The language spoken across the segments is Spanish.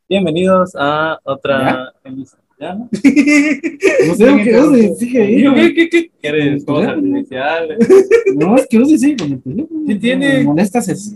Bienvenidos a ¿Ya? otra emisión. ¿Ya? ¿No? No sé qué Ozzy sigue ahí. ¿Qué quieres? Con el Cosas teléfono. artificiales. No, es que Ozzy sigue con el teléfono. ¿Qué tiene? Me molesta así.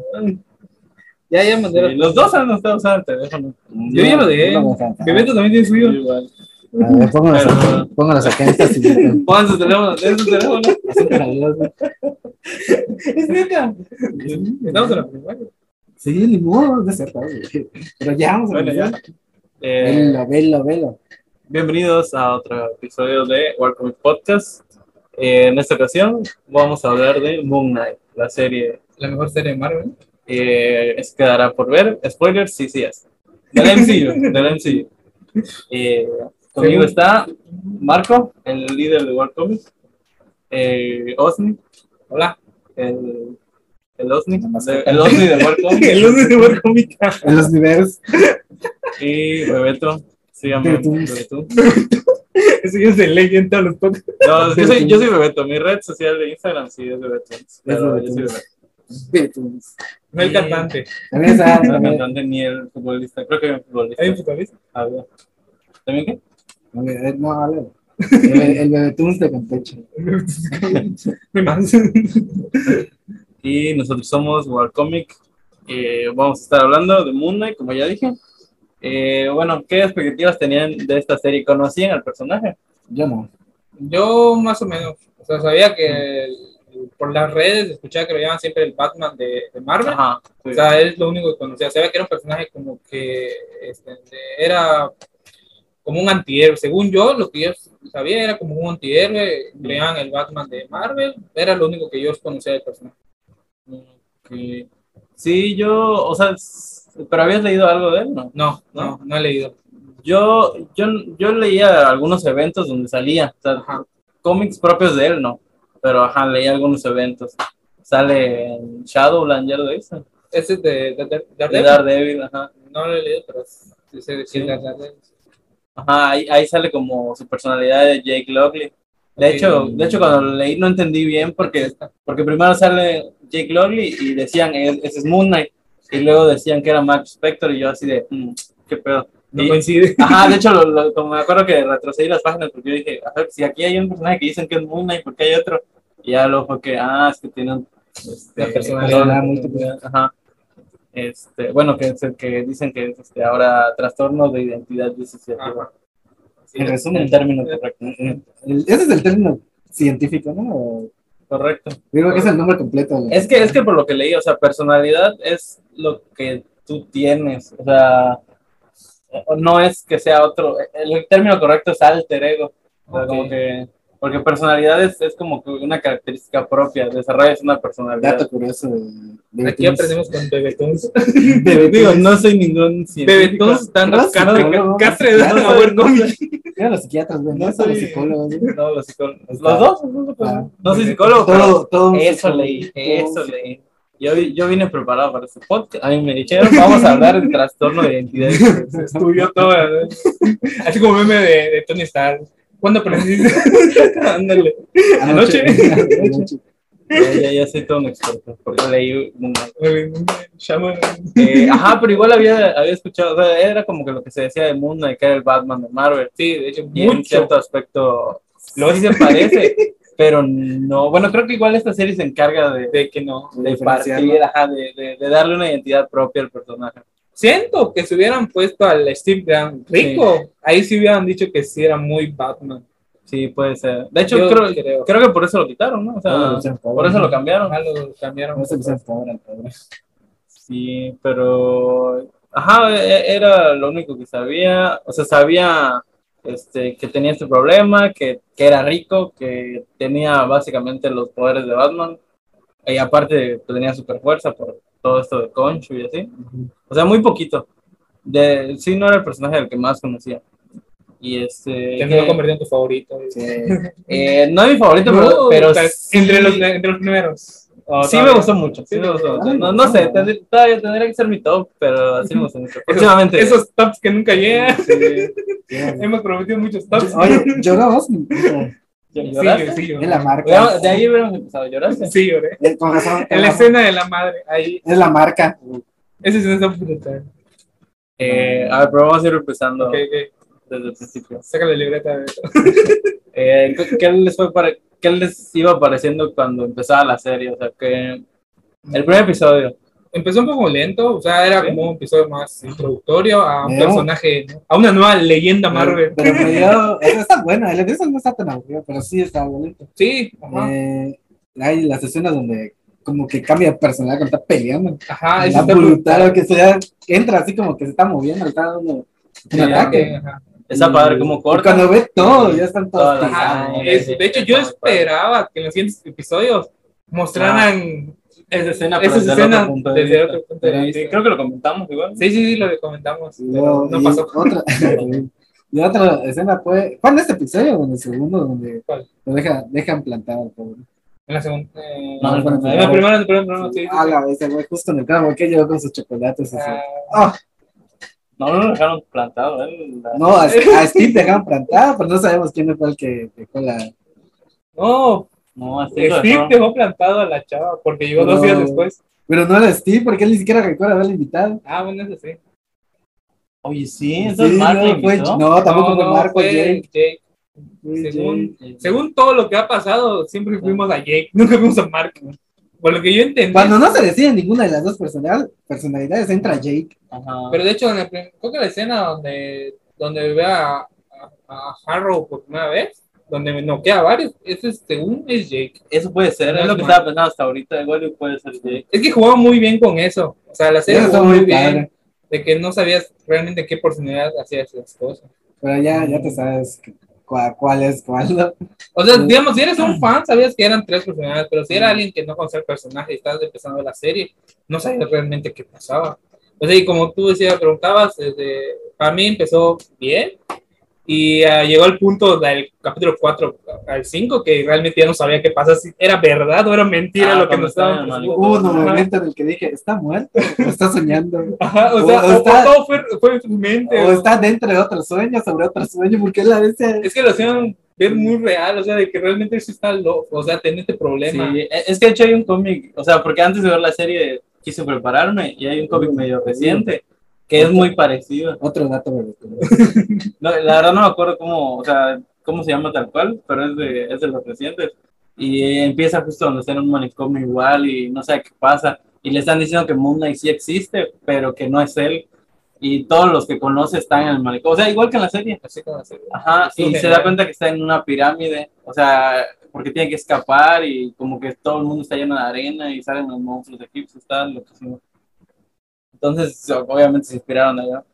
Ya mandé Sí, los dos han estado usando el teléfono. Yo ya lo dejé. Bebeto también tiene suyo. Igual. A ver, Pero- póngalas acá en esta sillita. Pongan su teléfono, den su teléfono. Así para Dios. Es neta. Estamos en la primaria. Sí, ni modo, de ser tarde. Pero ya vamos a Bueno, ya. empezar. Velo. Bienvenidos a otro episodio de Welcome Podcast. En esta ocasión vamos a hablar de Moon Knight, la serie. La mejor serie de Marvel. Quedará por ver. Spoilers, sí, es. Del MCU. Conmigo está Marco, el líder de World Comics. Osni. Hola. El Osni de World Comics. El lunes de World Comic. En los niveles. Y Bebeto. Síganme. Bebetuns. Bebeto. Eso ya se lee en todos los podcasts. No, yo soy Bebeto. Mi red social de Instagram sí es Bebeto. Pero yo soy Bebeto. Betuns. No el cantante. También está. No el cantante ni el futbolista. Creo que hay un futbolista. ¿Hay un futbolista? A ver. ¿También qué? No, vale. El Bebetuns de Campeche. Y nosotros somos World Comic. Vamos a estar hablando de Moon Knight, como ya dije. Bueno, ¿qué expectativas tenían de esta serie? ¿Conocían al personaje? Yo no. Yo más o menos. O sea, sabía que por las redes escuchaba que lo llaman siempre el Batman de Marvel. Ajá. Sí. O sea, es lo único que conocía. Sabía que era un personaje como que era como un antihéroe. Según yo, lo que yo sabía era como un antihéroe. Le llaman el Batman de Marvel. Era lo único que yo conocía del personaje. Ok. Sí, o sea, pero ¿habías leído algo de él? No he leído. Yo leía algunos eventos donde salía, o sea, Ajá. cómics propios de él, no, pero ajá, leía algunos eventos. Sale en Shadowland, ya lo dice. Ese es de De Daredevil. Daredevil, ajá. No lo he leído, pero sí sé de quién es Daredevil. Ajá, ahí sale como su personalidad de Jake Lockley. De hecho, cuando lo leí no entendí bien porque primero sale Jake Lockley y decían, ese es Moon Knight, y luego decían que era Max Spector y yo así de, qué pedo. No coincide. Ajá, de hecho, como me acuerdo que retrocedí las páginas porque yo dije, a ver, si aquí hay un personaje que dicen que es Moon Knight, ¿por qué hay otro? Y ya luego fue que, es que tienen La personalidad múltiple. Ajá. Bueno, que dicen que es ahora trastorno de identidad disociativa. Sí, En resumen. el término correcto. Ese es el término científico, ¿no? Correcto. Digo que es el nombre completo. Es que por lo que leí, o sea, personalidad es lo que tú tienes, o sea, no es que sea otro, el término correcto es alter ego, o sea, como que, porque personalidad es como que una característica propia, desarrollas una personalidad. Dato curioso. Aquí aprendemos con Bebetuns. Digo, no soy ningún científico. Bebetuns dando psicólogo, cátedra de no, World Comic. Mira los psiquiatras, güey. No son los psicólogos. No, los psicólogos. ¿Los dos? Ah. No soy psicólogo, pero Todo un eso psicólogo. leí. Yo vine preparado para este podcast. A mí me dijeron, vamos a hablar de trastorno de identidad. Se estudió todo. ¿Verdad? Así como meme de Tony Stark. ¿Cuándo aprendiste? Ándale. Anoche. Ya soy todo un experto, porque leí Shaman. ajá, pero igual había escuchado, o sea, era como que lo que se decía de Moon Knight, que era el Batman de Marvel. Sí, de hecho, Y en mucho. cierto aspecto, luego sí se parece, pero no. Bueno, creo que igual esta serie se encarga de Que no. partir, ajá, de darle una identidad propia al personaje. Siento que si hubieran puesto al Steve Grant rico, ahí sí hubieran dicho que sí era muy Batman. Sí, puede ser. De hecho, Yo creo que por eso lo quitaron, ¿no? O sea, por eso lo cambiaron. Lo cambiaron. No se pusieron pobre, pobre. Sí, pero ajá, era lo único que sabía. O sea, sabía que tenía este problema, que era rico, que tenía básicamente los poderes de Batman. Y aparte tenía super fuerza por todo esto de Concho y así. O sea, muy poquito. Sí, no era el personaje del que más conocía. Y Terminó convertido en tu favorito. Sí. no es mi favorito, No, pero sí, entre los primeros. Sí me gustó mucho. Sí me gustó mucho. No sé, todavía tendría que ser mi top, pero sí me gustó mucho. Próximamente. Esos tops que nunca llegan. Sí. Hemos prometido muchos tops. Oye, lloramos. ¿Lloraste? Sí, Es la marca. De ahí hubiéramos empezado. ¿Lloraste? Sí, lloré. Con razón. En la escena de la madre, ahí. Es la marca. Esa escena está brutal. A ver, pero vamos a ir empezando Ok, ok. desde el principio. Saca la libreta. ¿Qué les iba pareciendo cuando empezaba la serie? O sea, que el primer episodio. Empezó un poco lento, o sea, era ¿Sí? como un episodio más introductorio a un Pero- personaje, ¿no? A una nueva leyenda Marvel. Pero me dio, eso está bueno, el episodio no está tan aburrido, pero sí está bonito. Sí, ajá. Hay las escenas donde como que cambia de personalidad cuando está peleando. Ajá, eso Está está brutal, que sea, entra así como que se está moviendo, está dando un Sí, ataque. Ajá. Está padre como Y corta. cuando ve todo, ya están todos Todas las- tirados. Ajá. sí, De hecho, yo esperaba que en los siguientes episodios mostraran Esa escena, pero esas desde el escenas otro punto de desde vista. otro punto de vista. Sí, creo que lo comentamos igual. Sí, sí, sí, lo que comentamos, Y pero luego- no y pasó. Otra, y otra escena fue en este episodio o en el segundo donde ¿Cuál? lo dejan plantado al pobre. En la segunda. No, No, fue en el En primero. la primera, sí, sí, sí. Ah, la vez, güey, justo en el carro, que llegó con sus chocolates. Así. Ah, Ah, No lo dejaron plantado. no, a Steve dejaron plantado, pero no sabemos quién fue el que dejó la. no, No, así lo Steve dejaron. dejó plantado a la chava porque llegó 2 días después. Pero no era Steve, porque él ni siquiera recuerda haberle invitado. Ah, bueno, eso sí. Oye, sí, entonces Sí, Mark le no, fue, invitó. no, tampoco fue Marco, fue Jake. Jake. Jake. Según todo lo que ha pasado, siempre fuimos a Jake, nunca fuimos a Mark. Por lo que yo entendí. Cuando no se decide ninguna de las dos personalidades, entra Jake. Ajá. Pero de hecho, creo que la escena donde ve a Harrow por primera vez, donde me noquea a varios, eso es, según es Jake. Eso puede ser, No es lo es que Mark. estaba pensando hasta ahorita. Igual puede ser Jake. Es que jugaba muy bien con eso. O sea, la serie Eso jugó está muy muy bien. padre. De que no sabías realmente qué personalidad hacía esas cosas. Pero ya te sabes cuál es cuál. ¿No? O sea, Sí. digamos, si eres un fan, sabías que eran 3 personajes, pero si era alguien que no conocía el personaje y estabas empezando la serie, no sabías realmente qué pasaba. O sea, y como tú decías, preguntabas, para mí empezó bien y llegó al punto del capítulo 4 al 5 que realmente ya no sabía qué pasa, si era verdad o era mentira lo que cuando nos estaba estaban en el presentando. Hubo un Ajá. momento en el que dije, ¿está muerto? ¿O está soñando? Ajá, o sea, o está- todo fue en su mente. ¿O está dentro de otro sueño, sobre otro sueño? Porque él a veces... Es que lo hacían ver muy real, o sea, de que realmente sí está loco, o sea, tiene este problema. Sí, es que de hecho hay un cómic, o sea, porque antes de ver la serie quise prepararme y hay un cómic medio reciente que es muy parecido. Otro dato, güey. No, la verdad no me acuerdo cómo se llama tal cual, pero es de los recientes. Y empieza justo donde está en un manicomio igual y no sé qué pasa. Y le están diciendo que Moon Knight sí existe, pero que no es él. Y todos los que conoce están en el manicomio. O sea, igual que en la serie. Así como la serie. Ajá, Estuvo y se genial. da cuenta que está en una pirámide. O sea, porque tiene que escapar y como que todo el mundo está lleno de arena y salen los monstruos egipcios. Está loquísimo. Entonces, obviamente se inspiraron allá.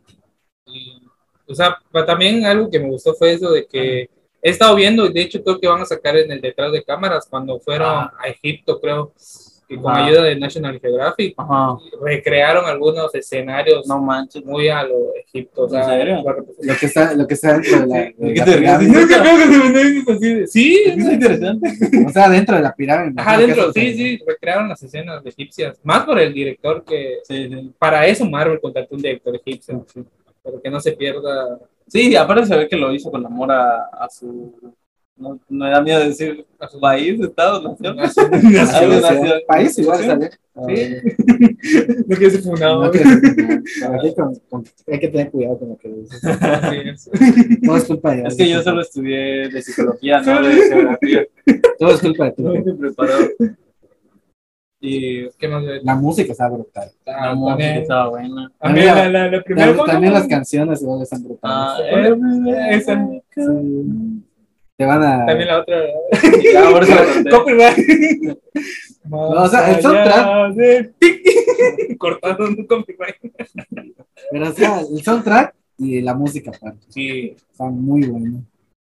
Y, o sea, pero también algo que me gustó fue eso de que he estado viendo, y de hecho creo que van a sacar en el detrás de cámaras cuando fueron a Egipto, creo, que con Ajá. ayuda de National Geographic Ajá, recrearon algunos escenarios no manches. muy a lo Egipto. O sea, ¿En serio? Lo que está dentro de la, de ¿Qué la te ríes? pirámide. Nunca creo que se me dice así de, sí, Es interesante. O sea, dentro de la pirámide. ajá, ¿no? dentro, Que sí, eso- sí, recrearon las escenas de egipcias, más por el director que, Sí, sí. para eso Marvel contrató un director egipcio, para que no se pierda Sí, aparte se ve que lo hizo con amor a su... No me da miedo decir a su país, estado, nación. nación. Algo nación. nación. País igual está bien. Sí. No quiero ser funado. No, pero aquí hay que tener cuidado con lo que dices. Todo es culpa de Es que yo solo estudié de psicología, no de geografía. Todo es culpa de No ti. me preparó. Y ¿Qué más? La música está brutal. la música estaba buena. También la primera También las canciones igual están Ah, brutales. esa. Sí. Te van a... También la otra. ya, por eso la conté. Copyright. o sea, el soundtrack. Cortado un copyright. Pero o sea, el soundtrack y la música aparte. Sí. Están muy buenos.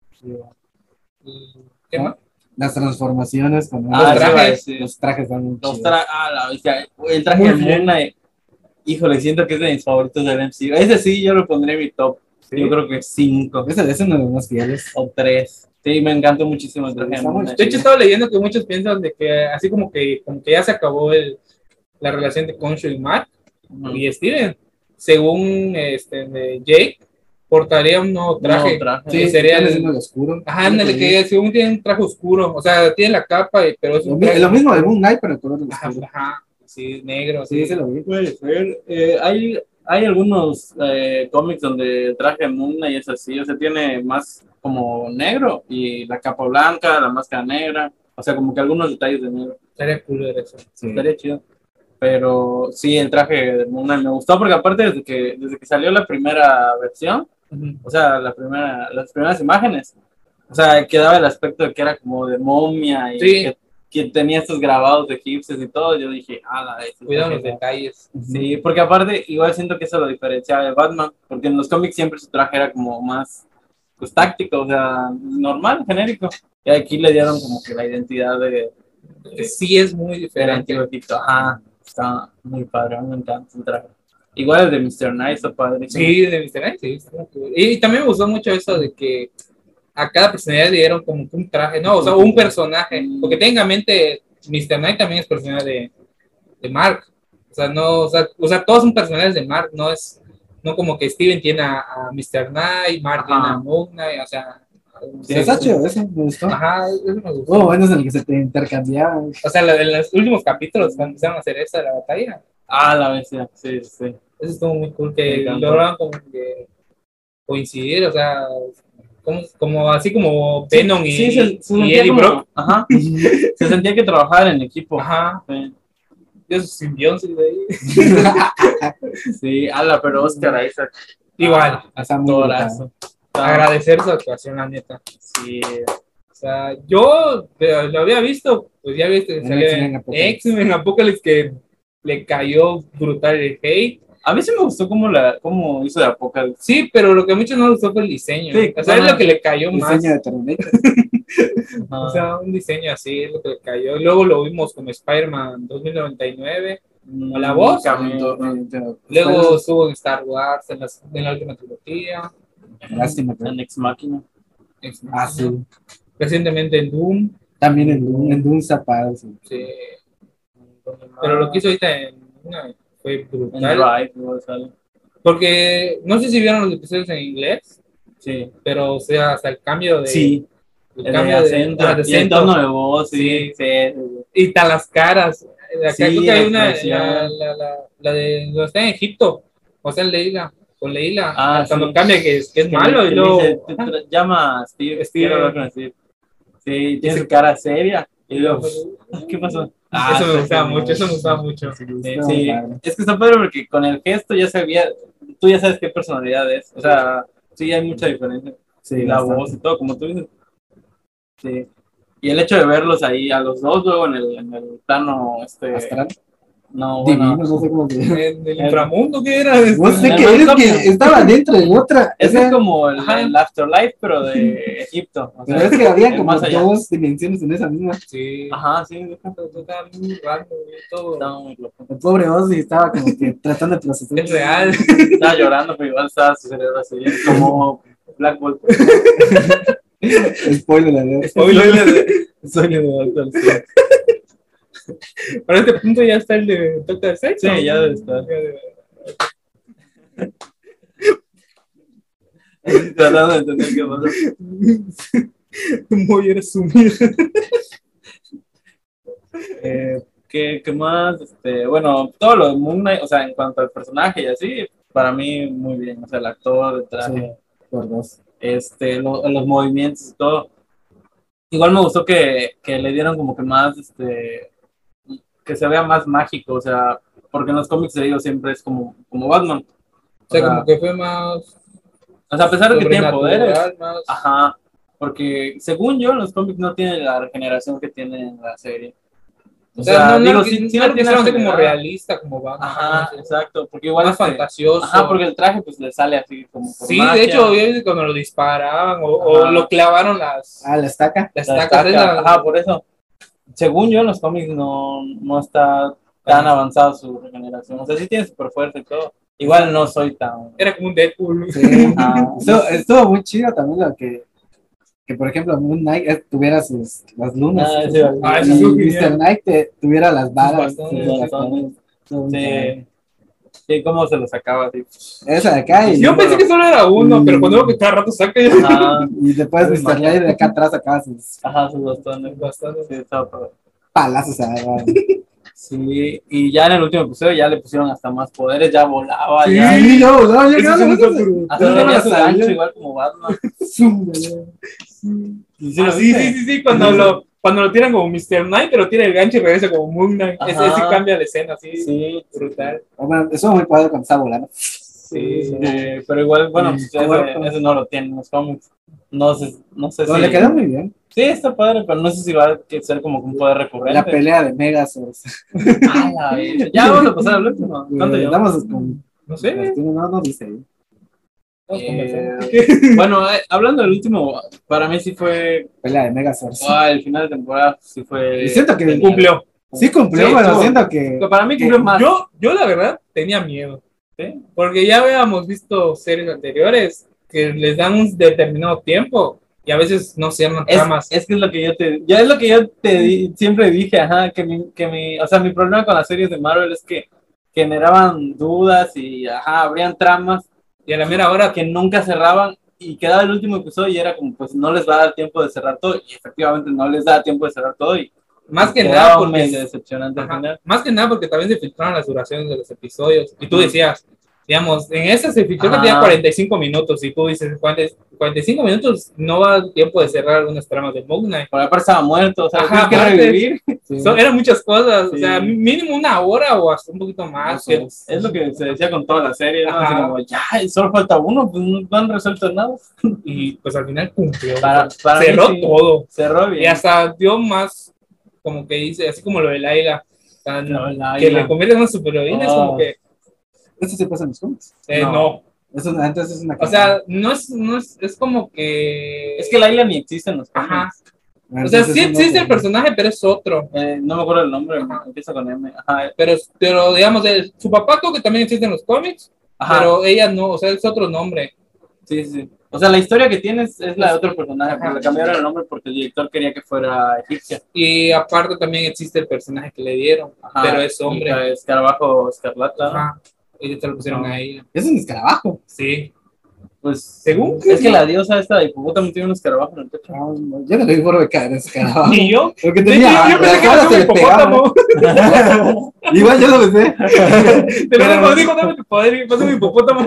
¿Qué más? Las transformaciones con Los Ah, trajes. eso iba a decir. los trajes están muy chidos. La bestia. El traje Muy de bien. Moon Knight, híjole, siento que es de mis favoritos del MCU. Ese sí, yo lo pondré en mi top. Sí. Yo creo que 5 Ese es uno de los más fieles. o 3. Sí, me encantó muchísimo el traje de Está Moon muy Knight. De hecho, estaba leyendo que muchos piensan de que así como que ya se acabó la relación de Khonshu y Mark Ujú. y Steven. Según de Jake, portaría un nuevo traje. No, traje. Sí, sería es el- uno de oscuro. Ajá, ándale, que según tiene un traje oscuro. O sea, tiene la capa, pero es un traje Lo mismo de Moon Knight, pero el color Ajá, oscuro. ajá, sí, negro. Sí, ese lo vi. Puede ser. hay algunos cómics donde el traje de Moon Knight es así, o sea, tiene más como negro y la capa blanca, la máscara negra, o sea, como que algunos detalles de negro. Estaría cool ver eso. Sí. Estaría chido. Pero sí, el traje de Moon Knight me gustó porque aparte desde que salió la primera versión, o sea, las primeras imágenes, o sea, quedaba el aspecto de que era como de momia y Sí. que tenía estos grabados de egipcios y todo. Yo dije, Cuidado los detalles. Sí, porque aparte, igual siento que eso lo diferenciaba de Batman, porque en los cómics siempre su traje era como más, pues, táctico, o sea, normal, genérico. Y aquí le dieron como que la identidad de Sí, es muy del diferente. antiguo Egipto. Ajá, está muy padre, me encanta su traje. Igual el de Mr. Night está padre. Sí, de Mr. Knight, sí. Está cool. Y también me gustó mucho eso de que a cada personalidad le dieron como que un traje, no, o sea, un personaje. Porque tenga en mente, Mr. Knight también es personaje de Mark. O sea, no, o sea, todos son personajes de Mark, no como que Steven tiene a Mr. Knight, Mark tiene a Moon Knight, o sea. Sí, está chido, eso me gustó. Ajá, eso me gustó. Oh, bueno, es en el que se te intercambiaban. O sea, en los últimos capítulos cuando empezaron a hacer esa de la batalla, La bestia, sí. eso estuvo muy cool, que Me encantó. lograron como que coincidir, o sea, como así como Venom Sí, y se sentía Eddie como, Brock. ajá, se sentía que trabajaban en equipo. Ajá, Sí. de esos simbiontes de ahí. Sí, pero Oscar Isaac. Igual, Está muy Actorazo. agradecer su actuación, la neta. Sí. O sea, yo lo había visto, pues ya viste que En salió X-Men en Apocalypse. X-Men Apocalypse que le cayó brutal el hate. A mí sí me gustó cómo hizo de Apocalypse. Sí, pero lo que a muchos no les gustó fue el diseño. Sí, O sea, es lo que le cayó más. Diseño de Terminator. O sea, un diseño así es lo que le cayó. Y luego lo vimos como Spider-Man 2099, la voz. Luego estuvo en Star Wars, en la última trilogía. Lástima. En Ex Machina. Sí. Recientemente en Doom. También en Doom Zapado. Sí. Sí. Pero lo que hizo ahorita en una fue En brutal. Drive, igual sale. Porque no sé si vieron los episodios en inglés, Sí. pero o sea, hasta el cambio de. Sí. El El cambio de de acento. de Y el acento. tono de voz, sí. Y tal las caras. Acá Sí, creo que hay la una, expresión. la de donde está en Egipto, o sea, Leila, con Leila, cuando sí. cambia que es malo Que y le luego. dice, llama a Steve, Steve. quiero hablar con Steve. Sí, tiene su cara seria. Y luego, ¿qué pasó? Eso me está gustaba genial. mucho, eso me gustaba mucho. Sí, es que está padre porque con el gesto ya sabía, tú ya sabes qué personalidad es. O sea, sí hay mucha diferencia. Sí, La bastante. voz y todo, como tú dices. Sí. Y el hecho de verlos ahí a los dos, luego en el plano, Astral. no, Divino, bueno. no sé cómo se llama. ¿En el inframundo qué era? No sé En qué el es, manicomio. que estaba dentro de otra. Es Esa- como el Ajá. Afterlife, pero de Egipto. O sea, Pero es que había el como más allá. 2 dimensiones en esa misma. Sí. Ají, sí, Estaba muy raro y todo. estaba muy loco. El pobre Ozzy estaba como que tratando de procesar. Es real. Estaba llorando, pero igual estaba su cerebro así, como Black Bolt. Spoiler alert. Spoiler de Doctor Strange. Para este punto ya está el de Doctor Strange. Sí, ¿no? ya debe estar. Tratando de entender qué pasa. Muy resumido. ¿Qué más? Bueno, todo lo de Moon Knight, o sea, en cuanto al personaje y así, para mí muy bien. O sea, el actor, el traje, Sí, por dos. los movimientos y todo. Igual me gustó que le dieron como que más, que se vea más mágico, o sea, porque en los cómics de ellos siempre es como Batman. O sea, como que fue más. O sea, a pesar de que tiene poderes. sobrenatural, más. Ajá, porque según yo, los cómics no tienen la regeneración que tiene en la serie. O sea, no, digo, sí sí no la tiene como regenerada. realista, como Batman. Ajá, ¿no? exacto, porque igual Más fantasioso. Ajá, porque el traje pues le sale así como por Sí, magia. de hecho, yo vi cuando lo disparaban o lo clavaron las La estaca. La estacas. estaca, esas. ajá, por eso. Según yo, en los cómics no está tan avanzado su regeneración. O sea, sí tiene super fuerza y todo. Igual no soy tan... Era como un Deadpool. Sí. Ah, Estuvo muy chido también lo que por ejemplo Moon Knight tuviera las lunas. Sí, y eso estuvo genial. Mr. Knight tuviera las balas. bastones, sus bastones. Estuvo muy padre. Sí, cómo se lo sacaba así. Esa de acá y, Yo pensé que solo era uno, pero cuando veo que cada rato saca. Ajá, y después Muy Mr. magia. Knight de acá atrás sacaba sus ajá, sus bastones. Bastones. Sí, estaba padre. palazos. ¿Sabes? Sí, y ya en el último episodio ya le pusieron hasta más poderes, ya volaba, Sí, ya. ya volaba, ya Eso ganaba, sí, Hasta no tenía la su sabía. gancho igual como Batman. ¿Sí lo Sí, viste? sí, cuando lo tiran como Mr. Knight, pero tira el gancho y regresa como Moon Knight. Ese sí Ajá. cambia la escena, sí, Sí, brutal. Bueno, eso es muy padre cuando está volando. Sí. pero igual, bueno, Sí, pues cuerpo. ese no lo tienen los cómics. No sé Pero si... le quedó muy bien. Sí, está padre, pero no sé si va a ser como un poder La recurrente. pelea de Megazord. Ya vamos a pasar al último. ¿Cuánto llevamos? Estamos con. No sé. No dice ahí. Bueno, hablando del último, para mí sí fue... Pelea de Megazord. el final de temporada sí fue... Y siento que Cumplió. Sí cumplió, Sí, pero estuvo- siento que. Para mí cumplió más. Yo la verdad tenía miedo, ¿Sí? porque ya habíamos visto series anteriores que les dan un determinado tiempo y a veces no se llaman tramas. Es que es lo que es lo que yo siempre dije, ajá, o sea, mi problema con las series de Marvel es que generaban dudas y, ajá, habrían tramas Y a la mera hora que nunca cerraban y quedaba el último episodio y era como, pues, no les va a dar tiempo de cerrar todo y efectivamente no les da tiempo de cerrar todo y más que quedaba nada un porque medio decepcionante al ajá, final. más que nada porque también se filtraron las duraciones de los episodios y tú decías, digamos, en esa se filtró que Ajá. tenía 45 minutos y tú dices, 45 minutos no va a dar tiempo de cerrar algunas tramas de Moon Knight. Por aparte estaba muerto, o sea, Ajá, tienes que aparte, revivir. Sí. Eran muchas cosas, Sí. o sea, mínimo una hora o hasta un poquito más. No sé, es lo que se decía con toda la serie, ¿no? Así Ajá. como, ya, solo falta uno, pues no han resuelto nada. Y pues al final cumplió. Para cerró mí sí, todo. cerró bien. Y hasta dio más, como que dice, así como lo de Laila, que le convierte en una superheroína, es como que, Esto se pasa en los cómics. no. Entonces es una O sea, no es como que... Es que Laila ni existe en los cómics. Ajá. O sea, sí existe el personaje, pero es otro. No me acuerdo el nombre, Ajá. empieza con M. Ajá. Pero digamos, su papá creo que también existe en los cómics, Ajá. pero ella no, o sea, es otro nombre. Sí. O sea, la historia que tienes es la de otro personaje, pero Ajá. le cambiaron el nombre porque el director quería que fuera egipcia. Y aparte también existe el personaje que le dieron, Ajá. pero es hombre. Escarabajo Escarlata. Ajá. Ellos te lo pusieron a ella. Es un escarabajo. Sí. Pues, ¿Según? es que la diosa esta de hipopótamo tiene un escarabajo en el pecho. No, yo no le vi por de caer ese escarabajo. Y yo. Porque Yo tenía. pensé que la cara era se un le pegaba. hipopótamo. Igual yo lo pensé. Pero cuando dijo, dame tu poder y pasó un hipopótamo.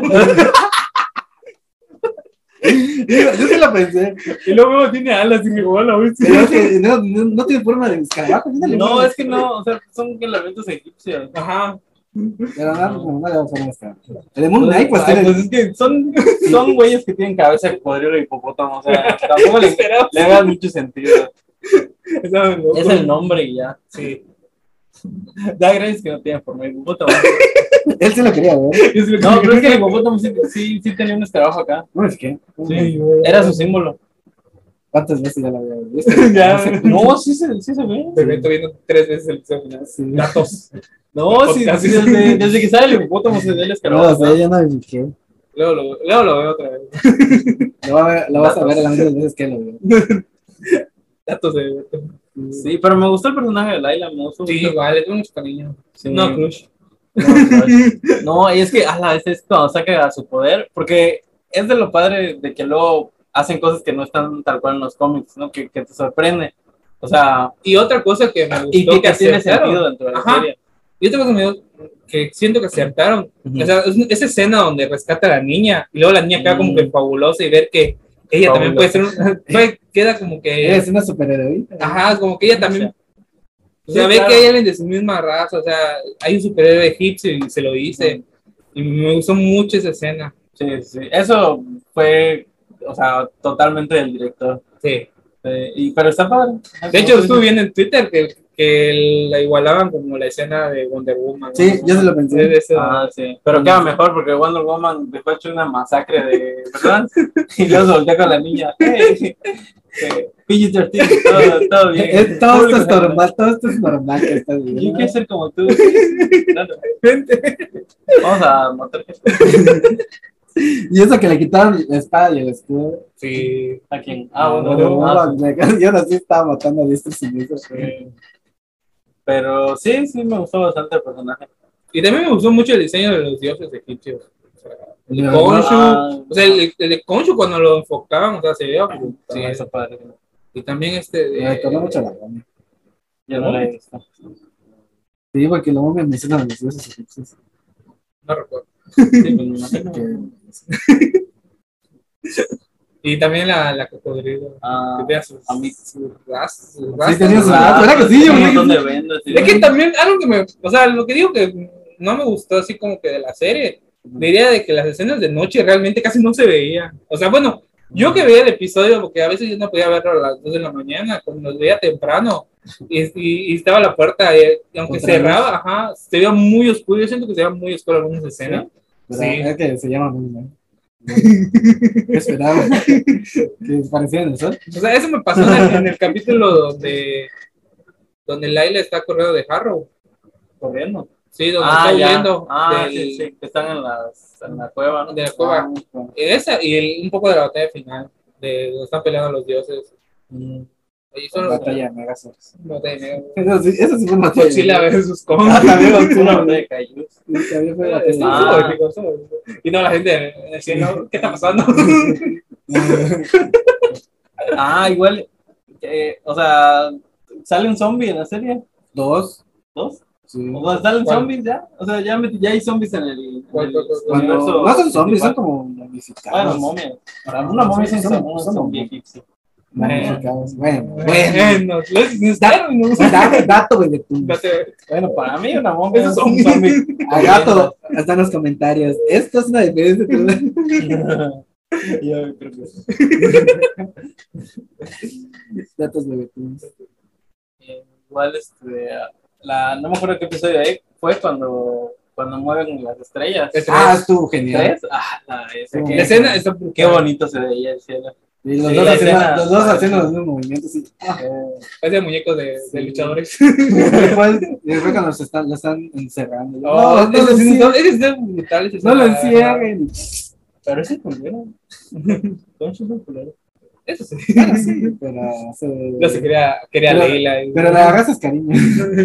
Yo sí lo pensé. Y luego tiene alas y me hola, Pero es que no tiene forma de escarabajo. No, es que no, o sea, son elementos egipcios. Ajá. Pero no le va a forma de escarabajo. El de Moon Knight, pues Ay, tiene. pues es que son güeyes que tienen cabeza de cocodrilo de hipopótamo, o sea, tampoco le haga mucho sentido. Es el nombre y ya. Sí. Da gracias que no tiene forma de hipopótamo. Él se lo quería ver. No, pero es que el hipopótamo sí tenía un escarabajo acá. No, es que. Sí, era su símbolo. ¿Cuántas veces ya lo había visto? Ya. No, sí se ve. Me estoy viendo 3 veces el episodio final. Sí. Datos. No, sí, desde que sale el hipopótamo se ve el No, escarabajo. o sea, ya no me fijé. Luego lo veo otra vez. Lo vas a ver las mismas veces que lo veo. Datos de. Sí, pero me gustó el personaje de Laila, me gustó Sí, mucho. vale, tengo mucho cariño. Sí. No, crush. No, y es que es cuando saca su poder, porque es de lo padre de que luego hacen cosas que no están tal cual en los cómics, ¿no? Que te sorprende. O sea, Y otra cosa que me gustó y que tiene acertaron. sentido dentro de la Ajá. serie. Y otra cosa que siento que acertaron. Ujú. O sea, esa escena donde rescata a la niña y luego la niña queda como que fabulosa y ver que ella también puede ser queda como que Eres una superheroína. ajá, como que ella también o sea, Sí, ve claro. que hay alguien de su misma raza, o sea, hay un superhéroe egipcio y se lo dice. Y me gustó mucho esa escena. Sí. Eso fue, o sea, totalmente del director. Sí. Pero está padre. De hecho, estuve viendo en Twitter que la igualaban como la escena de Wonder Woman. ¿no? Sí, yo se lo pensé. De eso. Sí. Pero queda mejor porque Wonder Woman después hecho una masacre de, ¿verdad? Y luego se voltea con la niña. PG-13, todo bien. Todo esto es normal, que estás Yo viendo. quiero ser como tú. Claro. Vamos a matar gente. Y eso que le quitaron la espada y el escudo. Sí. ¿A quién? Yo no sí estaba matando a diestro y siniestro. Pero sí, me gustó bastante el personaje. Y también me gustó mucho el diseño de los dioses egipcios. O sea, el de Ah. Khonshu. O sea, el de Khonshu cuando lo enfocaban, o sea, se veía brutal. Sí, eso padre. Y también Me recordó mucho a la Roma. Yo no la he visto. Sí, porque luego me mencionan a los dioses egipcios. No recuerdo. Sí, pues, me imagino. Y también la cocodrilo. Ah, Que tenía sus a mí- rastas. Sí, tenía sus rastas. ¿Verdad que sí? Yo un me montón de dije- vendas. Es que también algo que me, o sea, lo que digo que no me gustó así como que de la serie, diría de que las escenas de noche realmente casi no se veían. O sea, bueno, yo que veía el episodio, porque a veces yo no podía verlo a las 2 de la mañana, cuando los veía temprano, y estaba la puerta, y aunque Contra cerraba, ajá, se veía muy oscuro, yo siento que se veía muy oscuro algunas escenas. Pero Sí. es que se llama Moon ¿Qué esperaba? Que parecía en el sol. O sea, eso me pasó en el capítulo donde Laila está corriendo de Harrow. Corriendo. Sí, donde está ya. huyendo Sí, sí, que están en la cueva, ¿no? de la cueva. Bueno. Esa y un poco de la batalla final, de donde están peleando los dioses. Y son los Batalla de Megazords. batalla negra. Eso sí fue una batalla. Godzilla versus Kong. También Una Godzilla. batalla de Kaijus. Sí, también fue Estuvo batalla. épico, estuvo épico. Y no, la gente decía, no, ¿qué está pasando? Igual, o sea, ¿sale un zombie en la serie? Dos. ¿Dos? Sí. O sea, ¿salen ¿Cuál? zombies ya? O sea, ya hay zombies en el ¿Cuál? Cuando universo no son zombies, son principal. como Bueno, momificados. momias. Una momia es un zombie egipcio. Momificados. Bueno. Bueno, Dato, güey, de tu. Bueno, para mí una momia Eso es es un zombie. A gato, hasta en los comentarios. Esto es una diferencia. Yo creo que sí. Datos de Betún. Igual, no me acuerdo qué episodio fue cuando mueven las estrellas. Estuvo genial. ¿Tres? Sí. La escena está Qué bonito se veía el cielo. Y los Sí, dos la haciendo, escena. los dos haciendo los mismos movimientos. Sí. Parece muñecos de Sí. luchadores. Después cuando lo están encerrando. Oh, No lo ese encierren. es brutal. esa No lo escena. encierren. Pero ese es culero. Concho es un culero. Eso sí. Bueno, sí, pero No se quería Pero- Leila. pero le agarras cariño.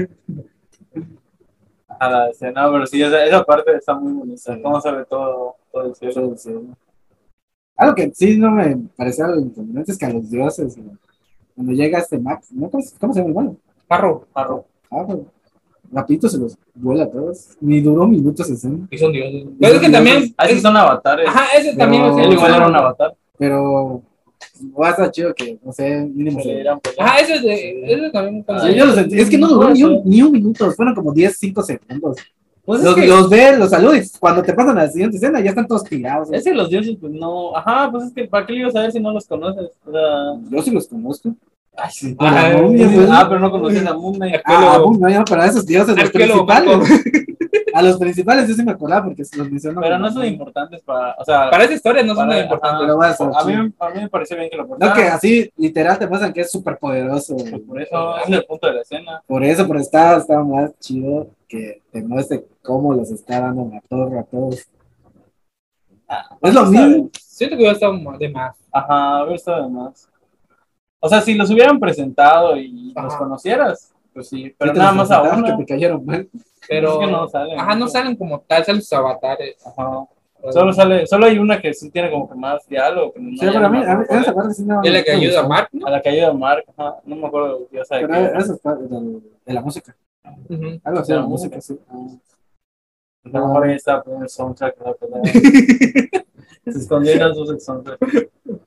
A la escena, pero sí, esa parte está muy bonita. Cómo se ve todo el cielo. Algo que sí no me pareció algo inconveniente es que a los dioses, cuando llega Max, ¿no? ¿Cómo se llama el malo? Parro. Pues, rapidito se los vuela a todos. Ni duró minutos esa escena. Y son dioses. Pero es que también. Esos son avatares. Ajá, ese también. No, Él igual era un avatar. Pero va a estar chido que, no sé, mínimo Se le se... dieran peleas. Ajá, ese también. Sí, yo lo sentí. Es que no duró ni un minuto, fueron como 10, 5 segundos. Pues Los ves, los saludas, cuando te pasan a la siguiente escena ya están todos tirados. es que los dioses, pues no. Ajá, pues es que ¿para qué le ibas a ver si no los conoces? O sea. Yo sí los conozco. Ay, sí. La momia, pues. Pero no conoces a Moon Knight. No, para esos dioses, los Arqueólogo, principales. A los principales yo sí me acordaba porque los menciono. Pero no son importantes para. O sea, Para esa historia no son para- tan importantes. Pero bueno, está a chido. mí me pareció bien que lo No, cortaran. que así literal te muestran que es súper poderoso. Pues por eso es el punto de la escena. Por eso, pero está más chido que te muestre cómo los está dando en la torre a todos. Es lo mismo. Siento que hubiera estado de más. Ajá, hubiera estado de más. O sea, si los hubieran presentado y los Ajá. conocieras, pues sí, pero Sí te nada los más a presentaron uno. que te cayeron mal. Pero. Es que no salen. Ajá, no salen como tal, salen sus avatares. Ajá. Solo hay una que sí tiene como que más diálogo. Que no, Sí, ya pero no a mí me acuerdo cuál esa parte sí no. Es la que no me ayuda a gustó. Mark, ¿no? a la que ayuda a Mark, ajá, no me acuerdo, ya sabes. Pero esa es parte de la música. Ujú. Algo así De de la la música, sí. A lo mejor ahí está el soundtrack de la pelea. Se escondieron sus soundtrack.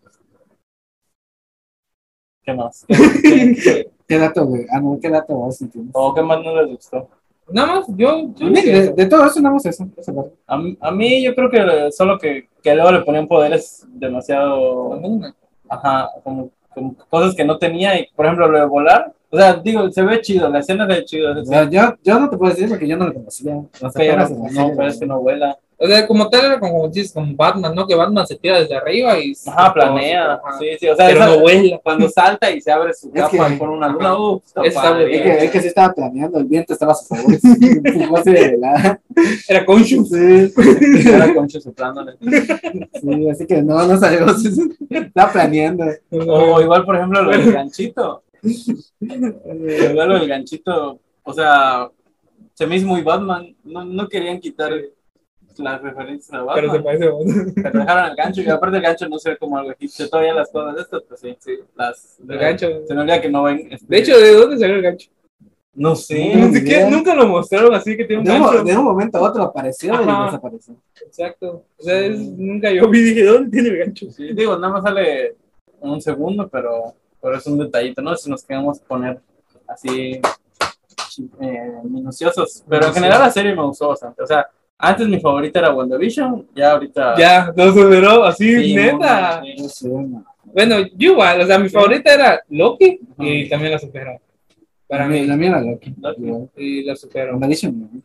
¿Qué más? ¿Qué dato, güey? No, ¿qué dato vos entiendes? ¿O qué más no les gustó? Nada más, yo A mí, de todo eso, nada más eso. Esa parte. A mí yo creo que solo que luego le ponían poderes demasiado, ajá, como cosas que no tenía y por ejemplo lo de volar, o sea, digo, se ve chido, la escena se ve chido, O sea, yo no te puedo decir porque yo no lo conocía. pero es que no vuela. O sea, como tal era como dices, como Batman, ¿no? Que Batman se tira desde arriba y... Ajá, planea, Ajá. sí, o sea, Pero no vuela. cuando salta y se abre su Es capa que- por una luna, está Está padre. muy Es que sí estaba planeando, el viento estaba a su favor. Empujó así de la... Era Khonshu. Sí, Era Concho soplándole. sí, así que no salió. Estaba planeando. O igual, por ejemplo, lo del ganchito. Igual lo del ganchito, o sea, se me hizo muy Batman. No querían quitar las referencias a Pero se Batman. parece a Batman. Pero dejaron el gancho y aparte el gancho no se ve como algo egipcio. Todavía las cosas de estas, pues sí. El gancho. Se me olvida que no ven. De hecho, ¿de dónde salió el gancho? No sé, No, no sé qué, idea. nunca lo mostraron así que tiene un gancho. De un momento a otro apareció y Ajá. desapareció. Exacto. O sea, nunca yo vi, dije, ¿dónde tiene el gancho? Sí, digo, nada más sale un segundo, pero es un detallito, ¿no? Si nos queremos poner así minuciosos. Pero en general la serie me gustó bastante. O sea, antes mi favorita era WandaVision, ya ahorita. Ya, lo superó, así, Sí, neta. sí. No sé, no. Bueno, yo igual, o sea, mi favorita era Loki y también la superó. Para mí. La mía era Loki. Loki. Igual. Y la superó. WandaVision, no.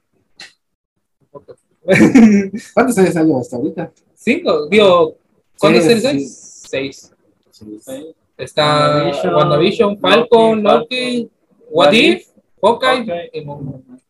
¿Cuántas series hay hasta ahorita? 5, digo, ¿cuántas Sí, series hay? sí. 6. Sí. Está WandaVision, Falcon, Loki, What If, Hawkeye y Moon Knight.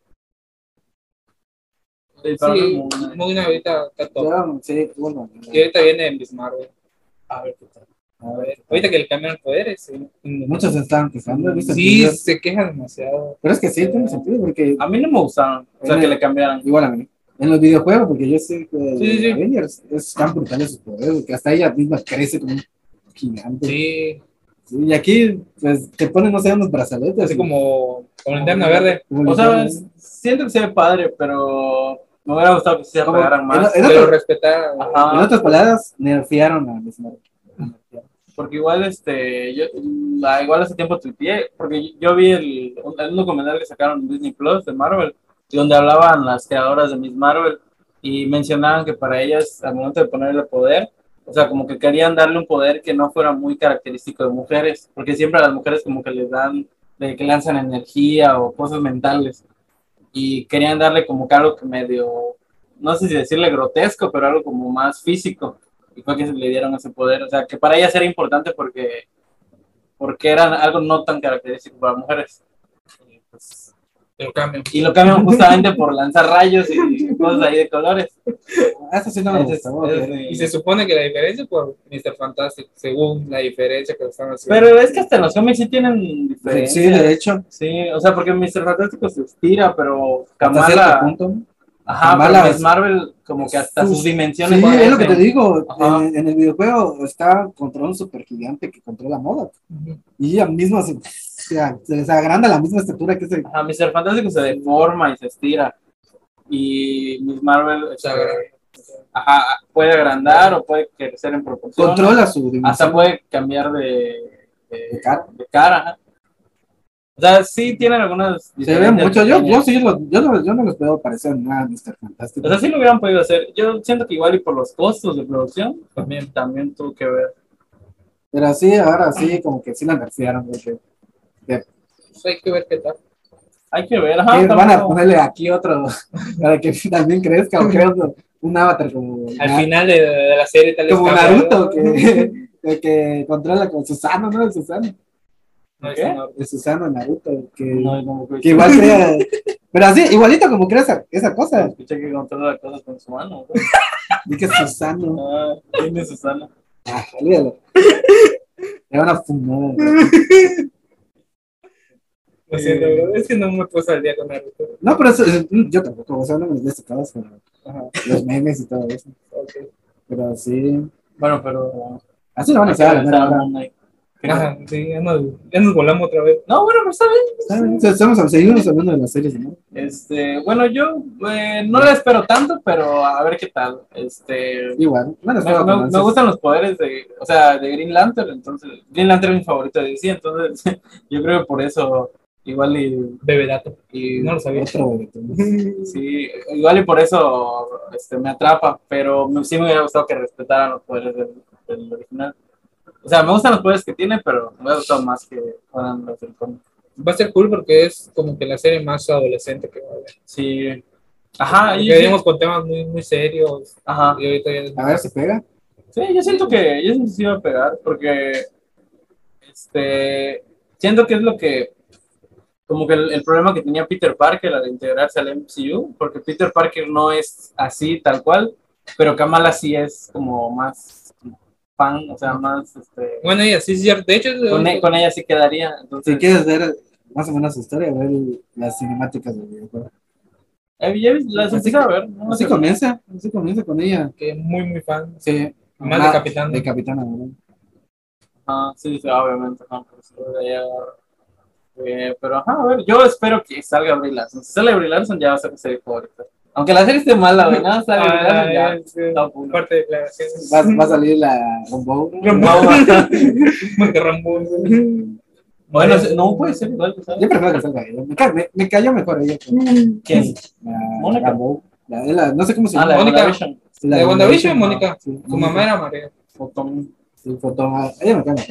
Sí, Moon Knight ahorita está top. Ya, sí, bueno. Y ahorita viene Miss Marvel. A ver qué tal. A ver, Ahorita que le cambiaron poderes. Sí, muchos se estaban quejando, ¿viste? sí, se queja demasiado. Pero es que sí, tiene sentido, porque A mí no me gustaron, o sea, que le cambiaran. igual a mí. En los videojuegos, porque yo sé que Sí, sí. Avengers es tan brutal sus poderes, que hasta ella misma crece como un gigante. Sí, Sí, y aquí, pues, te ponen, no sé, unos brazaletes. así como linterna verde. como O sea, linterna. siento que se ve padre, pero me hubiera gustado que se Como- pegaran más. en Que lo otras- respetara. Ajá. en otras palabras, nerfearon a Miss Marvel. Porque igual, igual hace tiempo tuiteé, porque yo vi un documental que sacaron en Disney Plus de Marvel, donde hablaban las creadoras de Miss Marvel y mencionaban que para ellas, al momento de ponerle poder, o sea, como que querían darle un poder que no fuera muy característico de mujeres, porque siempre a las mujeres como que les dan, que lanzan energía o cosas mentales, y querían darle como que algo que medio, no sé si decirle grotesco, pero algo como más físico, y fue que se le dieron ese poder, o sea, que para ellas era importante porque era algo no tan característico para mujeres. Y, pues, Lo cambian. y lo cambian justamente por lanzar rayos y cosas ahí de colores. Eso sí no me Ese gustó. es- porque- Y se supone que la diferencia por Mr. Fantastic, según la diferencia que están haciendo. Pero es que hasta en los cómics sí tienen diferencias. Sí, de hecho, Sí, o sea, porque Mr. Fantástico se estira, pero hasta cierto Kamala, punto. ajá, Kamala pero Miss Marvel como que hasta sus dimensiones Sí, es lo que te crecen. digo. Ajá. En el videojuego está contra un super gigante que controla moda. Ujú. Y ella misma se les agranda la misma estatura que ese. Ajá, Mr. Fantástico se deforma y se estira. Y Miss Marvel ajá, puede agrandar o puede crecer en proporción. Controla su dimensión. Hasta puede cambiar De cara. de cara. Ajá. O sea, sí tienen algunas Se ve diferencias mucho. Yo pequeñas. sí, yo no los veo parecer nada Mr. Fantástico. O sea, sí lo hubieran podido hacer. Yo siento que igual y por los costos de producción también tuvo que ver. Pero sí, ahora sí, como que sí la nerfearon. Porque, Pues hay que ver qué tal. Hay que ver. Ajá, que van a tampoco- ponerle aquí otro para que también crezca o creo un avatar como, Al final de la serie tal vez como cambia, Naruto ¿no? que controla con Susano, ¿no? El Susano. No, ¿Qué? eso no. El Susano en Naruto. No, no, Que igual crea. Pero así, igualito como crea esa cosa. escuché que controla las cosas con su mano. Güey. Y que es Susano. Ah, ¿quién es Susana? Ah, olvídalo. Le van a fumar. Lo siento, bro. Es que no me puse al día con Naruto. No, pero yo tampoco, o sea, no me les tocados con los memes y todo eso. Ok. Pero sí. Bueno, pero. Así lo van a hay que hacer. regresar a ¿Verdad? Moon Knight. Ajá, sí, ya nos volamos otra vez. No, bueno, pues está bien. Seguimos hablando de las series, ¿no? Bueno, yo no la espero tanto, pero a ver qué tal. Igual. Bueno, Me gustan los poderes de Green Lantern, entonces Green Lantern es mi favorito de DC, entonces yo creo que por eso igual Bebe dato. y No lo sabía. otro boleto. sí, igual y por eso me atrapa, pero sí me hubiera gustado que respetaran los poderes del original. O sea, me gustan los poderes que tiene, pero me hubiera gustado más que fueran los del cómic. Va a ser cool porque es como que la serie más adolescente que va a haber. Sí. Ajá, Porque venimos con temas muy, muy serios. ajá. Y ahorita ya A ver si pega. Sí, yo siento que se iba a pegar porque siento que es lo que como que el problema que tenía Peter Parker al integrarse al MCU, porque Peter Parker no es así tal cual, pero Kamala sí es como más fan, o sea, más Bueno, y así es cierto. De hecho, con ella sí quedaría. Entonces, Si quieres ver más o menos su historia, ver las cinemáticas del videojuego. ya las empecé a ver, ¿no? Así comienza con ella. que es muy, muy fan. Sí. Más de Capitana. De Capitana, ¿no? Sí, obviamente, no, pero sí, de ahí agarro. Pero ajá, a ver, yo espero que salga Brie Larson. Si sale Brie Larson ya va a ser mi serie favorita. Aunque la serie esté mala, güey, nada, sale Brie Larson ya. Top uno. Parte de declaraciones. Va a salir la Rambo. Porque Rambo. Bueno, no puede ser igual que salga. Yo prefiero que salga ella. Me cayó mejor ella. ¿Quién? La Mónica. Rambo. No sé cómo se Ah, llama. la de Mónica. WandaVision. La De WandaVision, no, Mónica. sí, Su mamá era María. Fotón. Sí, ella me cae mejor.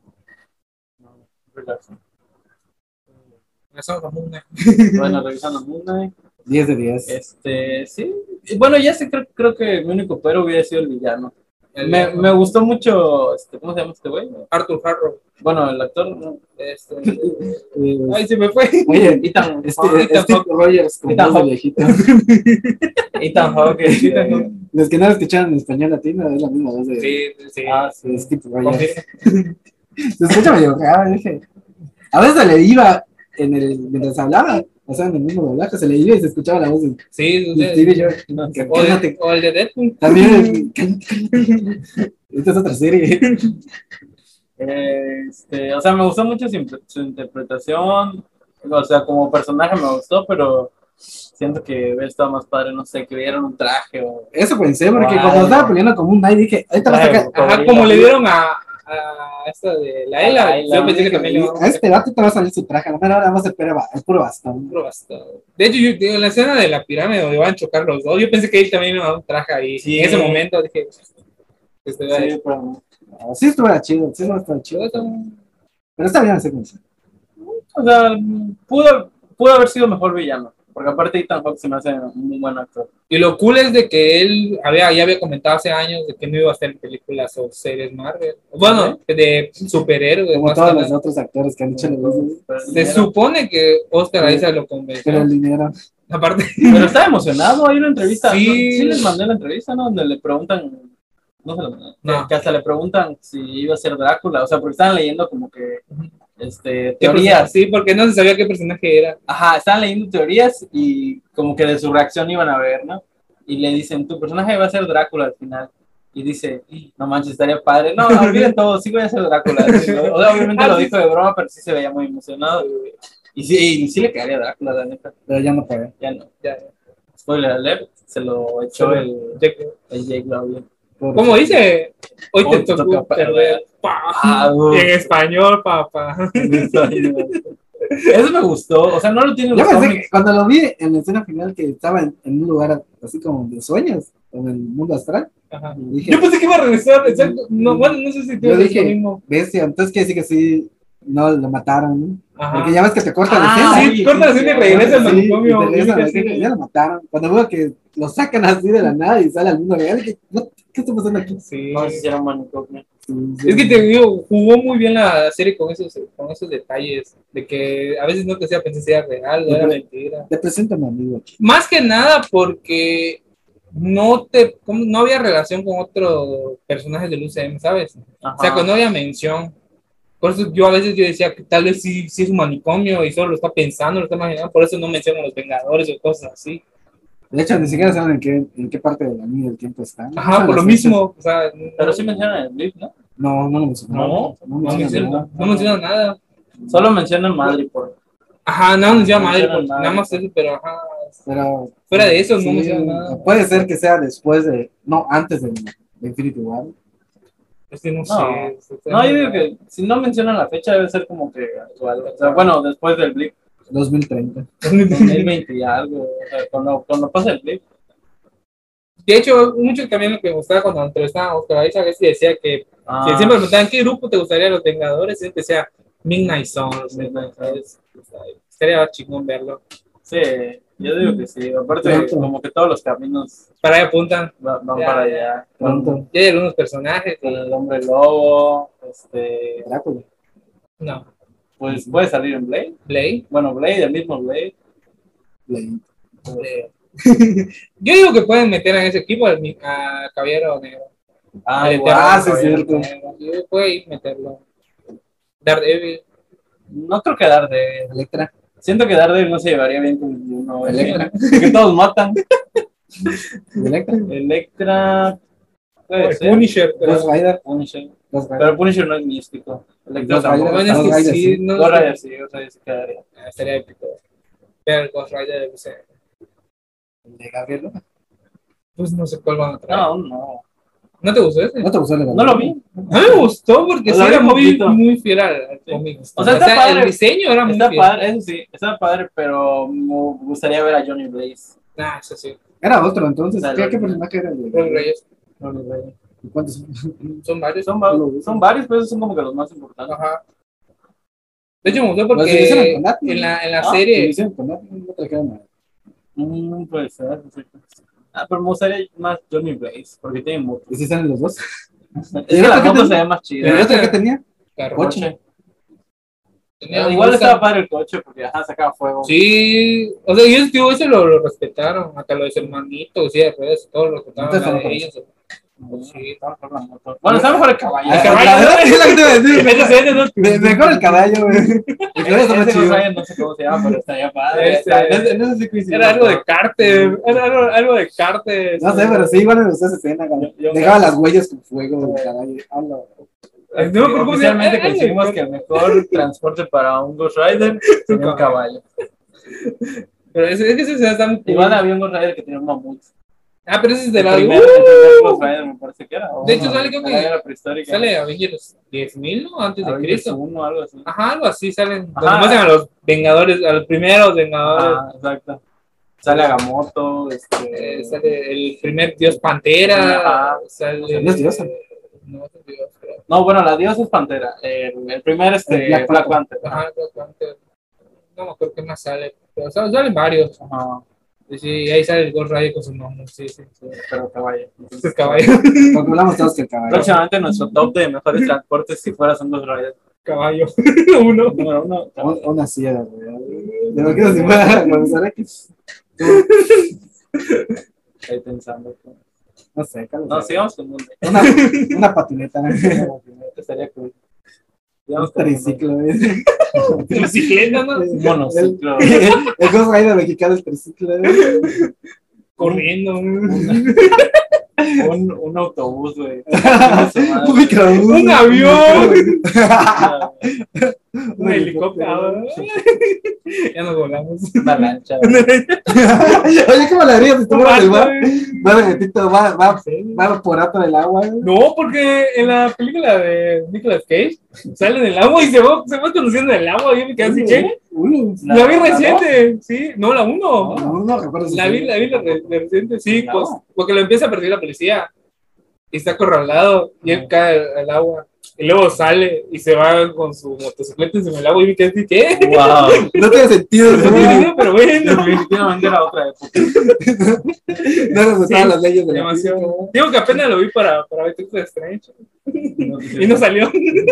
Brie Larson. Esa Rambo. Bueno, revisando Moon Knight. 10 de 10. Sí. Y bueno, ya sé, creo que mi único pero hubiera sido el villano. Me gustó mucho, ¿cómo se llama este güey? Arthur Harrow. Bueno, el actor, ¿no? Ay, se me fue. Oye, Ethan Steve Rogers como Ethan voz de Hawke. viejito. Ethan Hawke. Los que no lo escucharon en español latino es la misma voz de, Sí. de Steve Rogers. Confirmo. Se escucha medio raro, dije. A veces se le iba mientras hablaba, o sea, en el mismo doblaje, se le iba y se escuchaba la voz de Sí, Steve y yo. o el de Deadpool. También. Esta es otra serie. O sea, me gustó mucho su interpretación. O sea, como personaje me gustó, pero siento que hubiera estado más padre, no sé, que vieran un traje o... Eso pensé, porque Ay, cuando estaba peleando como un Knight dije, ahorita va a sacar. Ajá, como le dieron a esta de la Ela. Laila. Yo pensé que también le iban A este vato te va a salir su traje, a la mera hora vamos a hacer el puro bastón. puro bastón. De hecho, yo, en la escena de la pirámide donde iban a chocar los dos, yo pensé que él también iba a dar un traje ahí. Sí. En ese momento dije, Sí, pero... Sí estuvo chido, sí no estuvo chido. Pero está bien ese concepto. O sea, pudo haber sido mejor villano. Porque aparte Ethan Hawke se me hace un muy buen actor. Y lo cool es de que él ya había comentado hace años de que no iba a hacer películas o series Marvel. Bueno, de superhéroes. Como más todos que los nada. otros actores que han hecho los Se supone que Oscar Isaac lo pero convenció. el dinero. Aparte, Pero estaba emocionado, hay una entrevista. Sí. Sí les mandé la entrevista, ¿no? Donde le preguntan, no se la mandé, No. que hasta le preguntan si iba a ser Drácula, o sea, porque estaban leyendo como que ¿qué teorías. personaje? Sí, porque no se sabía qué personaje era. Ajá, estaban leyendo teorías y como que de su reacción iban a ver, ¿no? Y le dicen, tu personaje va a ser Drácula al final. Y dice, no manches, estaría padre. No, olviden todo, sí voy a ser Drácula. O sea, obviamente lo dijo de broma, pero sí se veía muy emocionado. Y sí le quedaría Drácula, la neta. Pero ya no pagué. Ya no. Ya. Spoiler alert, se lo echó el Jake Lowry. ¿Cómo dice? Hoy te tocó perder. perder. Pa. Y en español, papá. Eso me gustó, o sea, no lo tiene Yo los pensé cómics. que cuando lo vi en la escena final que estaba en un lugar así como de sueños, en el mundo astral, Ajá. dije, Yo pensé que iba a regresar, exacto. No, bueno, no sé si tú yo dices dije, lo mismo. bestia, entonces quiere decir que sí, no lo mataron, ¿no? Ajá. Porque ya ves que te cortan la Ah, escena. Sí, corta la escena y regresa al Sí, manicomio. y te regresan, Yo así dije, que ya lo mataron. Cuando veo que lo sacan así de la nada y sale al mundo real, dije, ¿qué está pasando aquí? sí. No sé si era un manicomio. Es que te digo, jugó muy bien la serie con esos detalles, de que a veces no te hacía pensar si era real o era mentira. Te presento a mi amigo aquí. Más que nada porque no había relación con otros personajes del UCM, ¿sabes? Ajá. O sea, que no había mención. Por eso yo a veces decía que tal vez sí es un manicomio y solo lo está pensando, lo está imaginando, por eso no mencionan a los Vengadores o cosas así. De hecho, ni siquiera saben en qué parte de la línea del tiempo están. Ajá, No por lo las fechas. mismo. O sea, Pero sí mencionan el blip, ¿no? No lo mencionaron. No, no mencionan nada. Solo mencionan Madripoor. Ajá, no mencionan madre, mencionan nada. nada más eso, pero ajá. Pero Fuera de eso, sí, no mencionan nada. puede ser que sea después antes de Infinity War. Es que no No. sé. No, yo digo que si no mencionan la fecha debe ser como que actual. O sea, bueno, después del blip, 2030. 2020 y algo. O sea, cuando pasa el blip. De hecho, mucho también lo que me gustaba cuando entrevistaban a Oscar Isaac es que decía que siempre preguntaban ¿qué grupo te gustaría los Vengadores? Y siempre decía Midnight Suns. Estaría chingón verlo. Sí, yo digo que sí. Aparte, Pronto. como que todos los caminos Para ahí apuntan. van Ya, para allá. Pronto. Ya hay algunos personajes. Con el hombre lobo, Drácula. No. pues puede salir en Blade. Blade. Bueno, Blade, el mismo Blade. Blade. Yo digo que pueden meter en ese equipo a Caballero Negro. Ah, El igual, Ah, sí, es Caballero cierto. Negro. Yo puedo meterlo. Daredevil. No creo que Daredevil. Electra. Siento que Daredevil no se llevaría bien con ninguno. Electra. Que todos matan. Electra. Electra. Puede El ser. Punisher. Ghost Rider. Punisher. Ghost Rider. Pero Punisher no es místico. Electro Ghost Rider. tampoco. Bueno, es Ghost que Rider, sí, sí. no Ghost Rider sí, Ghost Rider sí quedaría. estaría épico. Pero el Ghost Rider, El de Gabriel Luna. pues no sé cuál van a traer. No. ¿No te gustó ese? ¿No te gustó el de No Gabriel lo Luna? vi. No me gustó porque Lo sí vi era un poquito. muy fiel al Sí. cómic. O sea, está padre. El diseño era muy Está fiel. padre, eso sí, está padre, pero me gustaría ver a Johnny Blaze. Ah, eso sí. Era otro, entonces. Dale, ¿Qué dale. personaje era el de Los Gabriel Reyes. Johnny Blaze. Luna? ¿Cuántos son? Son varios. Son varios, pero esos son como que los más importantes. Ajá. De hecho, me gustó Pues se hicieron porque con Atlas, en la Se lo serie. hicieron con Atlas, no trajeron a- Puede ser. Sí. Pero me gustaría más Johnny Blaze, porque tiene moto. ¿Y si salen los dos? Es ¿Y que el la otro qué moto se tenía? ve más ¿Y el chida. otro qué tenía? Claro, Coche. tenía Igual Mustang. estaba padre el coche, porque sacaba fuego. Sí, o sea, ellos, tío, eso lo respetaron. Hasta los hermanitos, sí, de redes, todos lo respetaron. Entonces, La no, de ellos. Sí, estaba mejor la moto. Bueno, estaba mejor el caballo. Ah, El caballo. la verdad, es lo que te iba a decir. Ese no- Mejor el caballo, güey. El caballo está más Ese chido. no sé cómo se llama, pero estaría padre. Ese- En ese sí coincidimos, Era algo ¿no? de cárter, era algo de cárter. No sé, pero sí, igual me gustó esa escena, güey. Yo- Dejaba las huellas con fuego del caballo. Ala. No, pero ¿cómo se llama? Oficialmente coincidimos que el mejor transporte para un Ghost Rider sería un caballo. Pero es que ese está muy cool. Igual había un Ghost Rider que tenía un mamut. Ah, pero ese es de El la. primer Ghost Rider me parece que era. De hecho, sale creo la que era prehistórica. sale Avengers 10.000, ¿no? Antes de Avengers Cristo. 1, algo así. Ajá, algo así salen. Ajá. Donde muestran a los Vengadores, a los primeros Vengadores. Ah, exacto. Sale Agamotto, Sale el primer dios Pantera. Ajá. Sale. ¿No es diosa? No es dios, creo. No, bueno, la diosa es Pantera. El primer El Black Black Panther. Ajá, Black Panther. No me acuerdo qué más sale. Pero salen varios. Ajá. Sí, sí, ahí sale el Ghost Rider con su nombre. Sí, sí. Sí, pero caballo. Este caballo. Porque hablamos todos que el caballo. Próximamente nuestro top de mejores transportes si fueras un Ghost Rider. Caballo. Uno. Número 1. Una silla, güey. ¿De lo que si fuera González? Ahí pensando. No sé, Carlos. No, sigamos con Mundo. Una patineta. Estaría cool. Un Sigamos con Mundo. triciclo, güey. Bicicleta, ¿no? Un monociclo. El Ghost Rider mexicano, el triciclo, güey. Corriendo. Un autobús, güey. Un microbús. Un avión. Un Un helicóptero. Ya nos volamos. Una lancha. Oye, ¿cómo le harías si tú fueras del mar? No, Va de gatito, va por ato del agua, güey. porque en la película de Nicolas Cage sale del agua y se va conduciendo del agua. Y yo me quedé así, ¿qué? La vi reciente, sí. No, la 1. No recuerdo si La vi reciente, sí, ¿La pues, uno? porque lo empieza a perseguir la policía y está acorralado y él cae al agua y luego sale y se va con su motocicleta encima del agua y me quedé así, ¿qué? Wow. No tiene sentido. No Pero bueno, Definitivamente era otra época. respetaban las leyes de la demasiado. física. Digo que apenas lo vi para ver Doctor Strange y no salió.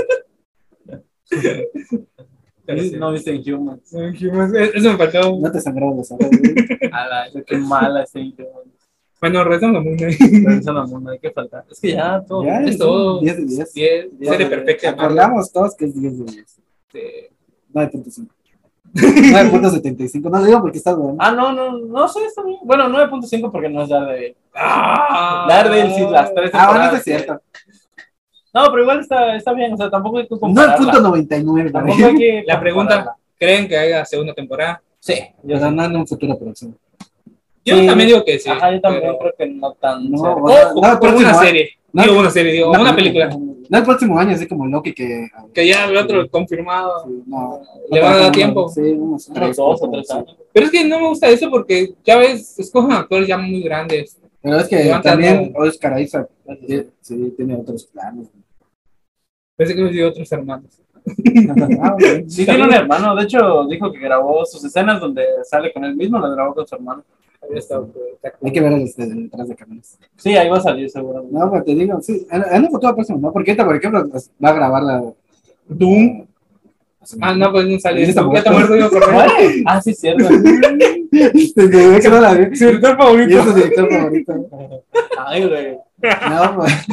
Pero sí. No viste Inhumans. Eso me faltó. No te sangraron los ojos, güey. Ala, qué mala ese Inhumans. Bueno, rezando mucho. Regresando al mundo, hay que faltar. Es que ya todo. Ya, Es todo. 10 de 10. 10, serie perfecta. Acordamos todos que es 10 de 10. Este, 9.5. 9.75. No lo digo porque estás bueno. No sé, está bien. Bueno, 9.5 porque no es Daredevil. ¡Ah! Daredevil sí, las 3 Bueno, temporadas. eso es cierto. No, pero igual está bien, o sea, tampoco hay que compararla. 9.99. Tampoco güey. hay que La pregunta, compararla. ¿creen que haya segunda temporada? Sí, Yo no en un futuro próximo. Yo Sí. también digo que sí. Ajá, yo también pero- creo que no tan No, cerca. o sea, O no, como próximo una año. serie. No. Digo una película. No el próximo año, así como Loki que. Que ya el otro confirmado. Sí, no. Le van a dar tiempo. Sí, unos Unos 3 2 o 3 años. Pero es que no me gusta eso porque ya ves, escogen actores ya muy grandes. Pero es que Levanta también Oscar Isaac sí, tiene otros planes. Pensé que me dio otros hermanos. Ah, ok. Sí, tiene un hermano. De hecho, dijo que grabó sus escenas donde sale con él mismo, las grabó con su hermano. Había estado, pues, Hay que ver el detrás de cámaras. Sí, ahí va a salir seguramente. No, pero te digo, sí, en un futuro próximo, ¿no? Porque esta, por ejemplo, va a grabar la. Doom. Ah, no, pues no salió. Ya está Ya te muerto. muerto, digo, correcto. Ah, sí, cierto. Desde que no la vi. Su director Y favorito. es su director favorito. Ay, güey. No, pues,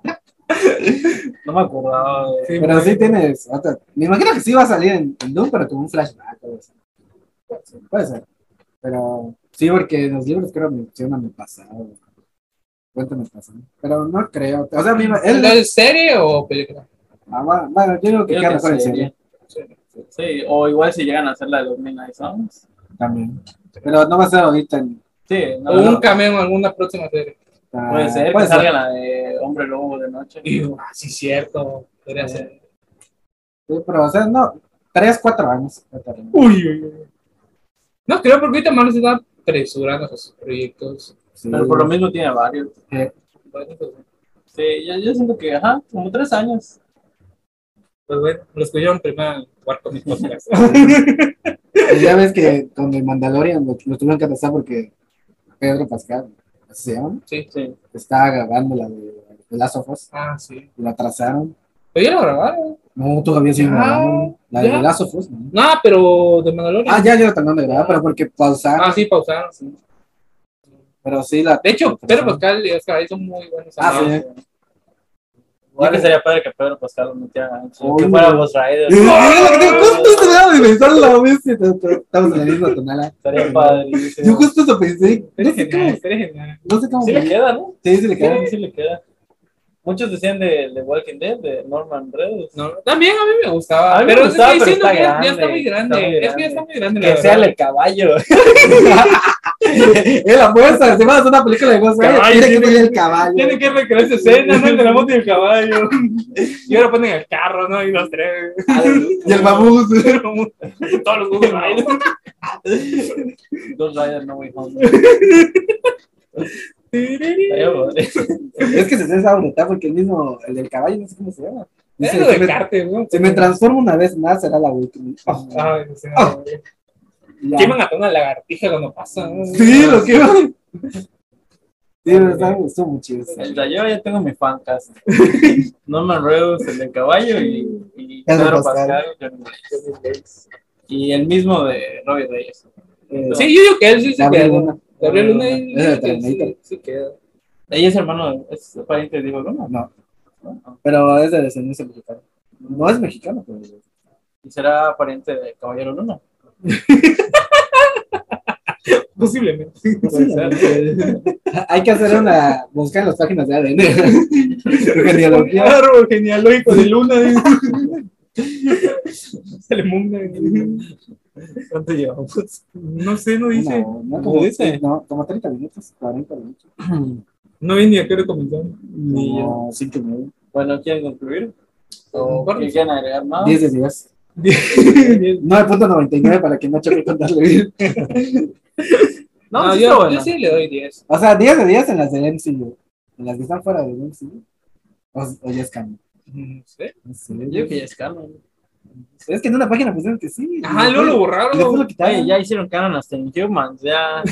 No me acordaba de. Sí, pero sí tienes. Me imagino que sí va a salir en Doom, pero como un flashback. O algo así. Puede ser. Pero sí, porque los libros creo que mencionan el pasado. Cuéntame pasó. Pero no creo. O sea, ¿Es serie o película? Bueno, yo digo que Creo queda que mejor en sería. serie Sí, o igual si llegan a hacer la de los Midnight Suns. también. Pero no va a ser ahorita. Sí, O no, un cameo en alguna próxima serie. puede ser Puede que ser. salga la de Hombre Lobo de noche. Y, sí, cierto. Podría ser. Sí, pero, o sea, no. 3, 4 años. Uy. No creo, porque ahorita Marvel se está apresurando sus proyectos. Sí. Pero por lo mismo tiene varios. Bueno, pues, Sí, yo siento que, como 3 años. bueno, lo escucharon primero en Cuarto Mis Podcasts. Y ya ves que con el Mandalorian lo tuvieron que atrasar porque Pedro Pascal, ¿así se llama? Sí. Sí. Estaba grabando la de Last of Us. Ah, sí. Y lo atrasaron. Pero ya lo grabaron. No, todavía sigue Ya, grabando. La ya. de Last of Us, ¿no? No, pero de Mandalorian. Ah, ya lo terminaron de grabar, pero porque pausaron. Ah, sí, pausaron. Sí. Pero sí, la. De hecho, Pedro Pascal y Oscar Isaac son muy buenos. Ah, amigos. sí. Igual que sería padre que Pedro Pascal lo metiera. Uy, Que fuera no. Ghost Rider. Justo eso me daba de pensar la vez que estamos en la misma tonalidad. Estaría padre. Yo justo eso pensé. No Sería sé genial, cómo. sería genial. No sé cómo. Sí le queda, ¿no? Sí, sí le queda. Sí le queda. Muchos decían de Walking Dead, de Norman Reedus. No, también a mí me gustaba. A mí me pero gustaba, estoy pero diciendo está que ya grande, está muy grande. está muy Es que ya grande. está muy grande. Que la sea verdad. el caballo. Es la fuerza. Si vas a una película de Ghost Rider, Caballo, tiene que tiene- tener el caballo. Tienen que recrear esa escena, ¿no? De la moto y el caballo. Y ahora ponen el carro, ¿no? Y los tres. Y el mamut. Todos los Google Riders. Ghost Rider No Way Home. Estaría padre. Es que se está brutal porque el mismo, el del caballo, no sé cómo se llama. Es Dice, lo de Carter, ¿no? si me transformo una vez más, será la última. Ay, no sé, no. Ya. Queman a una lagartija cuando pasa. ¿no? Sí, lo que va. Sí, pero estuvo muy chido. Yo ya tengo mi fancast. Norman Reedus, el del caballo, y Pedro Pedro Pascal. Pascal, Johnny Gates. Y el mismo de Robbie Reyes. Sí, yo digo que él sí se Gabriel queda. Luna. Gabriel Luna y Es de yo creo que Terminator. sí queda. Ella es hermano, es pariente de Diego Luna. No, pero es de descendencia mexicana. No es mexicano, pero. Y será pariente de Caballero Luna. Posiblemente. Hay que hacer buscar en las páginas de ADN. Genealogía. Árbol genealógico de Luna. Se le munga. ¿Cuánto llevamos? No sé, no dice. No, ¿Cómo dice? No, como 30 minutos, 40 minutos. No vi ni a qué hora comenzamos. Ni yo. No, 5 minutos. Bueno, ¿quieren concluir? ¿O Bueno, quieren agregar más? 10 de 10. 9.99 para que no choque con darle bien. No, sí yo, está bueno. yo sí le doy 10. O sea, 10 de 10 en las del MCU. En las que están fuera del MCU. O ya es canon. No sé. No sé. Yo creo que ya es canon. Es que en una página pusieron que sí. Ajá, luego lo borraron. Y después lo quitaron. Oye, ya hicieron canon hasta en Humans, ya.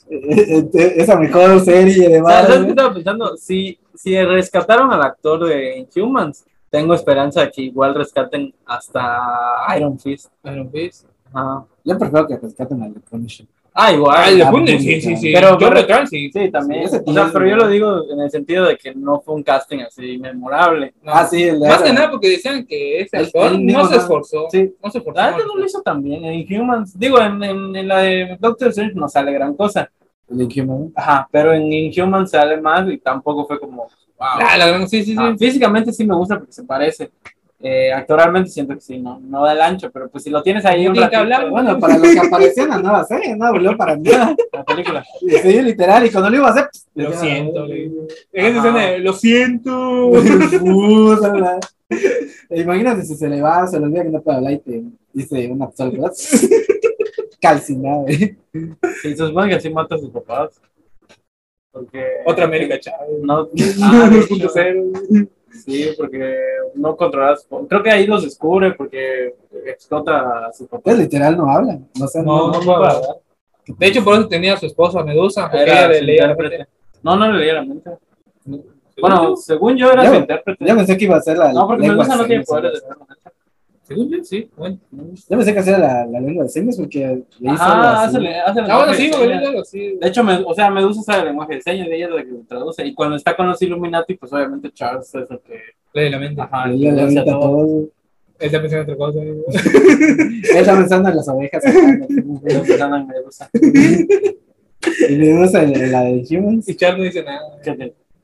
Esa mejor serie de O sea, ¿sabes qué Marvel. estaba pensando? Si rescataron al actor de Inhumans, tengo esperanza de que igual rescaten hasta Iron Fist. Iron Fist. Ajá. Yo prefiero que rescaten al de Punisher. Igual. Ah, el de Ah, Punisher, sí, sí. pero- Yo recal, sí. Sí, también. Sí, ese O sea, pero yo tío- lo digo en el sentido de que no fue un casting así memorable. No. Ah, sí, el de Más que Iron- nada porque decían que ese Él- actor él mismo no se no- esforzó. Sí. No se esforzó. La verdad no lo hizo tan bien. En Inhumans, digo, en la de Doctor Strange no sale gran cosa. El de Inhuman. Ajá, pero en Inhumans sale más y tampoco fue como, wow. La gran, sí. Físicamente sí me gusta porque se parece. Actoralmente siento que sí, no da el ancho, pero pues si lo tienes ahí No un tiene que ratito, hablar, Bueno, para los que aparecían en la nueva serie, no volvió para nada. la película. Sí, literal, y cuando lo iba a hacer, Lo decía, siento. "Uy, En esa escena, de, lo siento. puta la-". Imagínate si se le va, se le olvida que no puede hablar y te dice una sola calcinada. Y se supone que así mata a sus papás. Porque. Otra América Chávez. No, de hecho, 2.0. sí, porque no controlas. Creo que ahí los descubre porque explota a sus papás. Pues literal no habla. No sé, No, No puede hablar. De hecho, por eso tenía a su esposa Medusa. Porque Era ella le su leía la intérprete. mente. No le leía la mente. Bueno, Bueno, según yo era Ya- su intérprete. Yo pensé que iba a ser la No, porque lengua Medusa no de tiene señas, poderes de ¿sabes? leer la mente. según yo, sí. Bueno. Yo pensé que hacía la lengua de señas porque le hizo Ajá, así. hace Ah, bueno, sí, lenguaje de porque señas. yo sí. De hecho, Medusa sabe el lenguaje de señas de ella, de que lo traduce. Y cuando está con los Illuminati, pues obviamente Charles es el que. Lee la mente. Ajá, Ella le traduce a avienta todo. todo. Él está pensando en otra cosa. Él está pensando en las ovejas. Estoy pensando en Medusa. Y le gusta la de Humans. Y Charles no dice nada. Que te-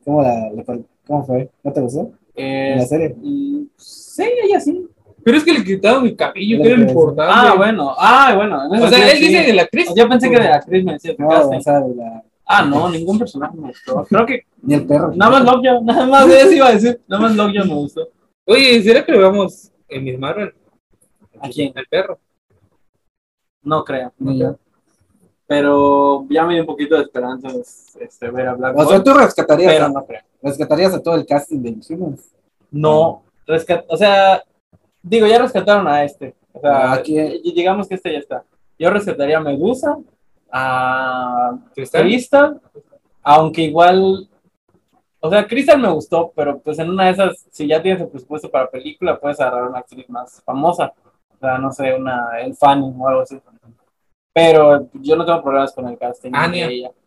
¿Cómo fue? ¿No te gustó? ¿En la serie? Sí, ella sí. Pero es que le quitaron el cabello, que era lo Sí. importante. Bueno. En esa O sea, serie él dice sí. de la actriz. Yo pensé que de la actriz me decía No, casting. o sea, de la... No, ningún personaje me gustó. Creo que Ni el perro. nada más Lockjaw, nada más de eso iba a decir. Nada más Lockjaw me gustó. Oye, ¿será que le vamos en Miss Marvel? ¿A quién? Al perro. No creo. Ni yo. Pero ya me dio un poquito de esperanza ver a Black O sea, Bolt, tú rescatarías, pero no creo. rescatarías a todo el casting de Inhumans. No, o sea, digo, ya rescataron a este. O sea, Aquí- digamos que este ya está. Yo rescataría a Medusa, a ¿Crystal? Crystal, aunque igual, o sea, Crystal me gustó, pero pues en una de esas, si ya tienes el presupuesto para película, puedes agarrar una actriz más famosa. O sea, no sé, el Fanny o algo así. Pero yo no tengo problemas con el casting Anya. de ella.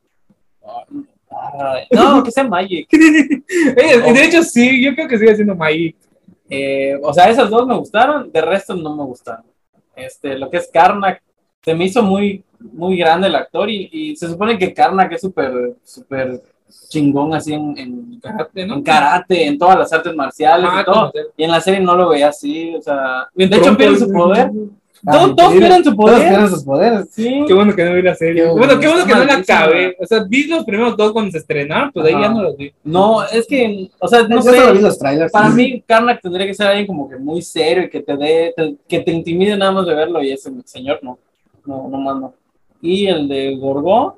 No, que sea Magic. De hecho, sí, yo creo que sigue siendo Mike. O sea, esas dos me gustaron, de resto no me gustaron. Lo que es Karnak, se me hizo muy, muy grande el actor y se supone que Karnak es súper chingón así en Karate, ¿no? en karate, en todas las artes marciales y todo. conocer. Y en la serie no lo veía así, o sea, de hecho Trompo, pierde su poder. Todos increíble. pierden su Todos poder. pierden sus poderes. Sí. Qué bueno que no vi la serie. Qué Bueno, qué bueno que no la malísima. acabé. O sea, vi los primeros dos cuando se estrenaron, pues ahí Ajá. ya no los vi. No, es que, o sea, no Yo solo vi sé. los trailers. Para mí, Karnak tendría que ser alguien como que muy serio y que que te intimide nada más de verlo, y ese señor no. No más no. Y el de Gorgón,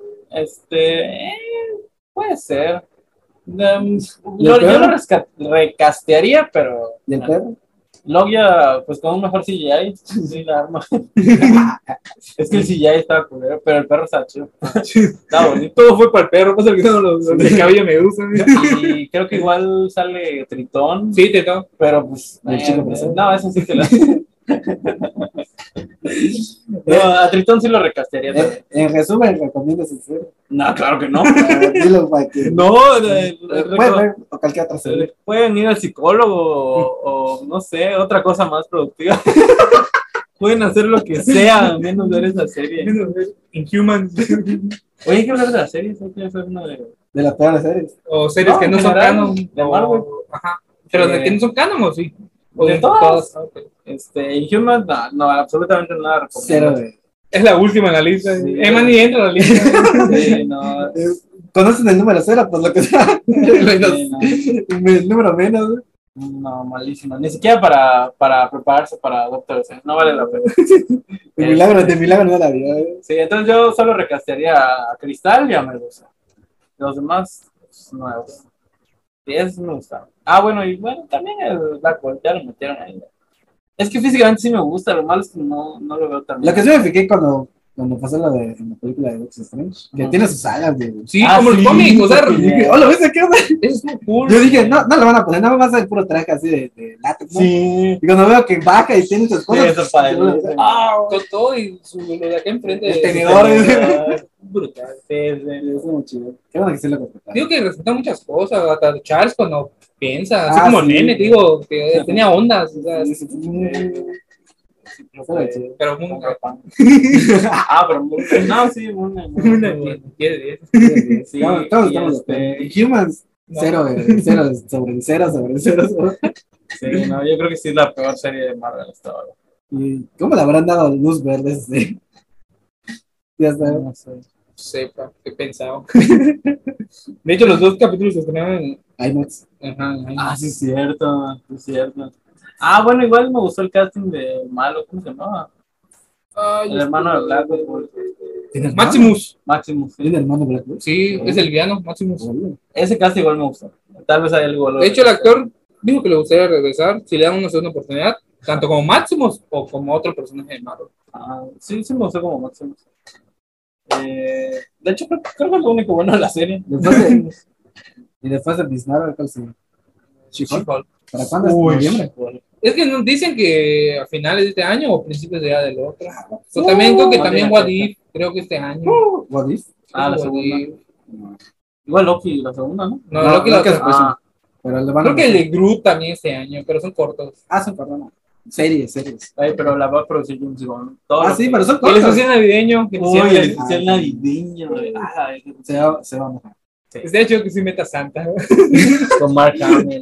puede ser. ¿Y el Yo lo perro? recastearía, pero ¿Y el perro? Logia, pues con un mejor CGI, sí, la arma. Es que el CGI estaba culero, pero el perro está chido. Está bonito. Todo fue para el perro, pasa que no los de cabello me gustan. Y creo que igual sale Tritón, Sí, te toca. pero pues. ¿Y el chico presente? No, eso sí que la. No, a Tritón sí lo recastearía también. En resumen, recomiendas en serio. No, claro que no. Dilo para que. No, Puedes ver o cualquier otra serie. pueden ir al psicólogo o no sé, otra cosa más productiva. Pueden hacer lo que sea, menos ver esa serie. Inhumans. Oye, hay que hablar de las series, hay que hacer una de. De las peores series. O series No, que no en son general, canon. de Marvel. Ajá. Pero de que no son canon, ¿o sí? O De todas. Ah, ok. Inhumans, no, absolutamente nada recomiendo. Cero de. Es la última en la lista. Sí. Emma ni entra en la lista. Sí, no. ¿Conocen el número cero? Pues lo que sea. Sí, no. El número menos. No, malísimo. Ni siquiera para prepararse para Doctor Strange. No vale la pena. De milagro no la vio. Sí, entonces yo solo recastearía a Cristal y a Medusa. Los demás, pues, nuevos. Sí, esos me gustaron. Bueno, y bueno, también el Black Bolt, ya lo metieron ahí. Es que físicamente sí me gusta, lo malo es que no lo veo tan Lo que bien. sí me fijé cuando pasó en la película de Doctor Strange, que Ajá. tiene sus alas de. Sí, Ah, como sí, el cómic. O sea, porque- Dije, hola, ¿ves qué onda? eso es muy cool. Yo dije, no le van a poner, nada más el puro traje así de látex, ¿no? Sí. Y cuando veo que baja y tiene sus Sí, cosas, eso padre. Con todo y lo de acá enfrente. El tenedor. Brutal. Sí, sí. es muy chido. Qué bueno que sí lo completaron. Digo que resulta muchas cosas. Hasta Charles cuando piensa, así Ah, como sí. nene, digo, que tenía ondas. O sea, Sí, sí, sí. Fue- chido. pero muy. pero no, sí, muy bueno. 10. Sí, Todos y estamos de acuerdo. Humans, No. cero sobre cero. Sí, no, yo creo que sí es la peor serie de Marvel hasta ahora. ¿Y cómo le habrán dado luz verde? Sí. Ya está. No sé. Sepa, qué pensado. De hecho, los dos capítulos se estrenaron en. IMAX. Ajá. Sí, es cierto, es cierto. Bueno, igual me gustó el casting de malo, ¿cómo se llamaba? El hermano de Black Bolt, ¿Tiene hermano? Maximus. Maximus. Sí. ¿Tiene hermano Black Bolt? Sí, es el villano, Maximus. Obvio. Ese casting igual me gustó. Tal vez hay algo. De hecho, el actor dijo que le gustaría regresar si le dan una segunda oportunidad, tanto como Maximus o como otro personaje de Marvel. Sí, sí me gustó como Maximus. De hecho, creo que es lo único bueno de la serie. Y después de Miss Marvel, ¿cuál sigue? She-Hulk. ¿Para cuándo es? Uy, ¿Noviembre? Es que nos dicen que a finales de este año o principios de ya del otro. Yo también creo que también What If, creo que este año. What If? La What segunda. If. Igual Loki, la segunda, ¿no? No, No, creo que la creo que otra. es próximo. Pero le van a Creo que el meter- de Groot también este año, pero son cortos. son perdón. Series. Pero la va a producir James Gunn. Todo Ah, lo sí, que- pero son El cortos. especial navideño. Uy, el Ah, especial navideño. Se va a mojar. Sí. De hecho, que sí meta Santa. Con Mark Hamill.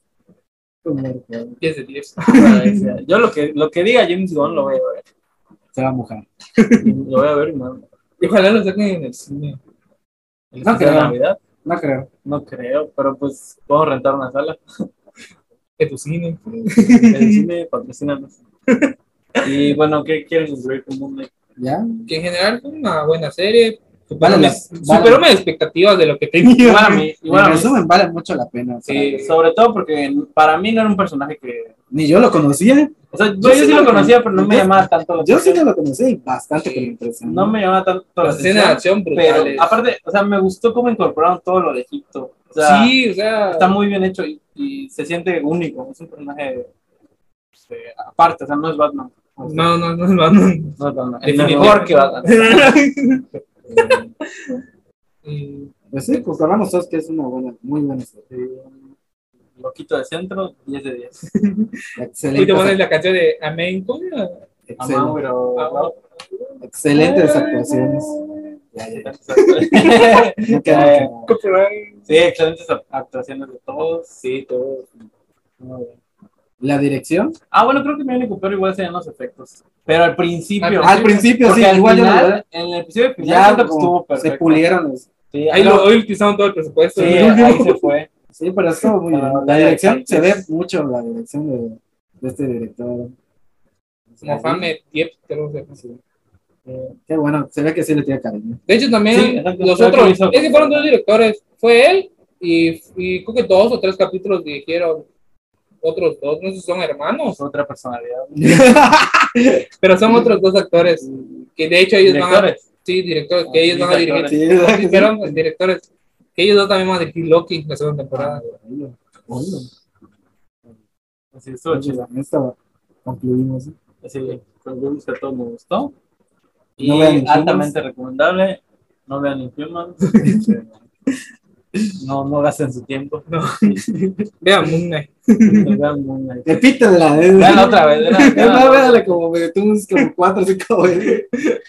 10 de 10. Yo lo que diga James Gunn lo voy a ver. Se va a mojar. Lo voy a ver, no. Y ojalá lo saquen en el cine. ¿El No especial de creo. Navidad? No creo. No creo, pero pues puedo rentar una sala. En tu cine. El cine patrocínanos. Y bueno, ¿qué quieren concluir con Moon Knight? ¿Ya? Que en general fue una buena serie. Vale Superó mis expectativas de lo que tenía. Igual a mí, En resumen, vale mucho la pena. O sea, Sí. sobre todo porque para mí no era un personaje que... ni yo lo conocía. O sea, yo sí lo conocía, pero no me llamaba tanto la Yo sí atención. que lo conocí y bastante que me impresionó. No me llamaba tanto la Las escenas de atención. acción Pero brutales. aparte, o sea, me gustó cómo incorporaron todo lo de Egipto. O sea, Sí, o sea. está muy bien hecho y se siente único. Es un personaje aparte, o sea, no es Batman. O sea, No. no es Batman. Es Definitivamente. mejor que Batman. Y Pues sí, pues hablamos todos que es una buena, muy buena serie. Loquito de centro, 10 de 10. hoy Excelente. te pones la canción de Amén. ¿Cómo era? Amau, pero... Excelentes actuaciones. Ya. No queda Ya, nada. Sí, excelentes actuaciones de todos. Sí, todos. Muy bien. La dirección. Bueno, creo que mi único pero igual serían los efectos. Pero al principio. Al principio porque sí, al igual yo final, en el episodio final, ya siento que como estuvo perfecto. se pulieron los. Sí, Hoy utilizaron todo el presupuesto. sí, ahí se fue. Sí, pero estuvo muy bien. La dirección se ve mucho, la dirección de este director. Mohamed Diep, creo que se llama. Qué bueno, se ve que sí le tiene cariño. De hecho, también Sí, exacto. los Creo que otros, lo hizo- es que fueron dos directores. Fue él y creo que 2 o 3 capítulos dirigieron otros dos. No sé si son hermanos, Otra personalidad. pero son otros dos actores que de hecho ellos van a. Directores. Sí, directores, que ellos van a dirigir. Sí, ¿verdad que sí? Dijeron directores, que ellos dos también van a dirigir Loki la segunda temporada. Bueno, Así estuvo chido. esto concluimos. Así concluimos que todo me gustó. Y No vean Inhumans. altamente recomendable. No vean Inhumans. No gasten su tiempo. No. Vean Moon Knight. Vean Moon Knight. Repítanla. Veanla otra vez. No, véale como Betús, como 4 o 5 veces.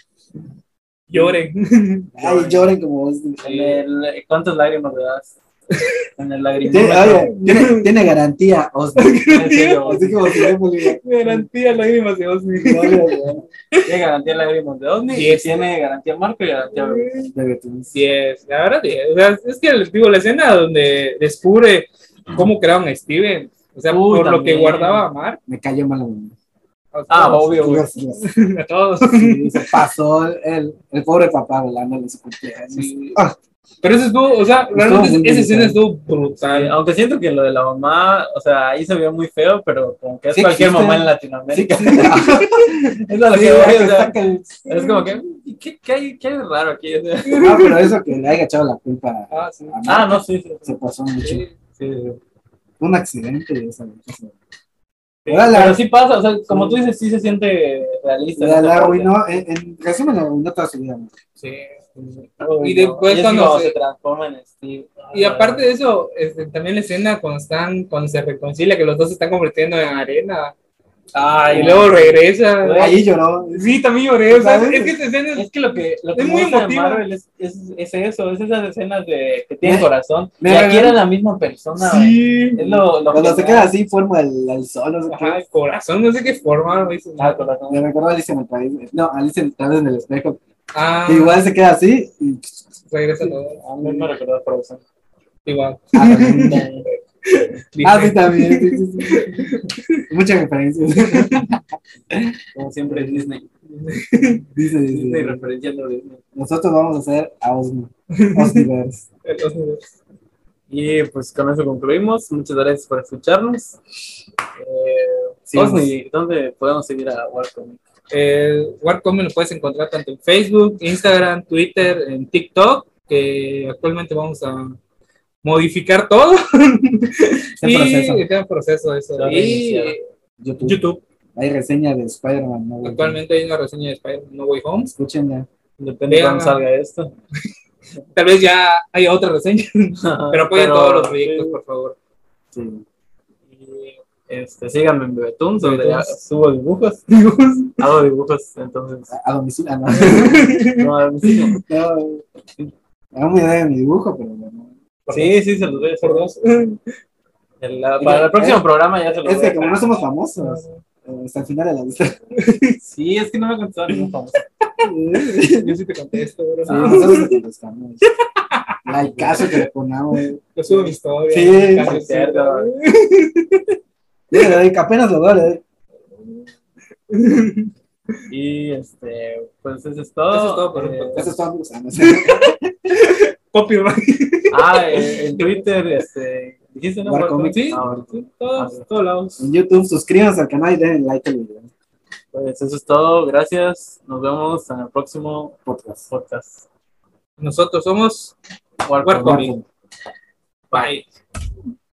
Lloren. Ay, lloren como vos. ¿Cuántas lágrimas le das? En el Oye, lagrimómetro. tiene garantía, Oscar. En serio, Así como si le ponía. Garantía lágrimas de Osni. tiene garantía lágrimas de Osni y 10. tiene garantía Marco y garantía Bebé. De Betús. 10, la verdad, 10. O sea, es que digo, la escena donde descubre cómo crearon a Steven, o sea, Uy, por lo que también. guardaba a Mark, Me cayó mal la mamá. a todos, Obvio, güey. a todos. Sí, se pasó el pobre papá velándole su cumpleaños. Sí. Pero eso estuvo, o sea, realmente muy esa escena brutal. estuvo Sí, brutal. aunque siento que lo de la mamá, o sea, ahí se vio muy feo, pero como que es Sí cualquier existe. mamá en Sí, Latinoamérica. sí. Es a lo Sí, que voy, que o sea, saca el- es como que, ¿qué hay de raro aquí? O sea, No, pero eso que le haya echado la culpa Ah, sí. a Mark, no, sí. se pasó mucho. Sí. Sí. Un accidente y esa cosa. Sí, Ahora la- pero sí pasa, o sea, como tú dices, sí se siente realista. La esa parte. arruinó, en resumen, la arruinó toda su vida. ¿No? Sí. Uy, Y después es cuando como se- se transforma en Steve. Y aparte de eso, también la escena cuando se reconcilia, que los dos se están convirtiendo en arena, Ay, y luego regresa. Ahí lloró. Sí, también lloré. O sea, ¿Sabes? es que esta escena Es que lo que Es muy muestra emotiva. Marvel es eso, es esas escenas de que tienen Me- corazón. me Y aquí regaló- era la misma persona. Sí. Es lo Cuando se genial. queda así, forma el sol. No sé Ajá, qué. el corazón, no sé qué forma. ¿No? Dices, Ah, corazón. Me recordó a Alicia en el país. No, Alicia otra vez en el espejo. ah, Igual se queda así. Y... regresa todo. A mí me recordó a Frozen. Igual. Sí, también. Sí. Muchas referencias. Como siempre Disney. Dice. Disney referenciando a Disney. Nosotros vamos a hacer a Osni. Osniverse. Entonces, Y pues con eso concluimos. Muchas gracias por escucharnos. Sí, Osni, ¿dónde podemos seguir a Warcomic? Warcomic lo puedes encontrar tanto en Facebook, Instagram, Twitter, en TikTok, que actualmente vamos a modificar todo. Está en proceso. Está en proceso eso. Se va a Y reiniciar. YouTube. Hay reseña de Spider-Man. ¿No? Actualmente hay una reseña de Spider-Man No Way Home. Escúchenla. Depende de Vean. cuándo salga esto. Tal vez ya haya otra reseña, pero apoyen todos los proyectos, por favor. Sí. Y, síganme en Bebetoons, donde Bebetoons. subo dibujos. Hago dibujos, entonces. A domicilio. No. No, a domicilio. No. Era muy idea de mi dibujo, pero bueno. Sí, sí, se los doy Por dos. para el próximo programa ya se los Es voy a que como no dejar. somos famosos, hasta el final de la lista. Sí, es que no me contestó ningún famoso. Yo sí te contesto, bro. Sí, nosotros te contestamos. Like caso que le ponemos. Yo subo mi historia. Sí, casi es cierto. Yo le doy, apenas lo doy, le doy. Y pues eso es todo. Eso es todo por el podcast. Eso es todo, amigos. Ah, no sé. Copyright. En Twitter, dijiste, ¿no? Warcomic. Sí, Bueno. sí, todos lados. En YouTube, suscríbanse al canal y denle like al video. Pues eso es todo. Gracias. Nos vemos en el próximo podcast. Nosotros somos Warcomic. Warcomic. Bye.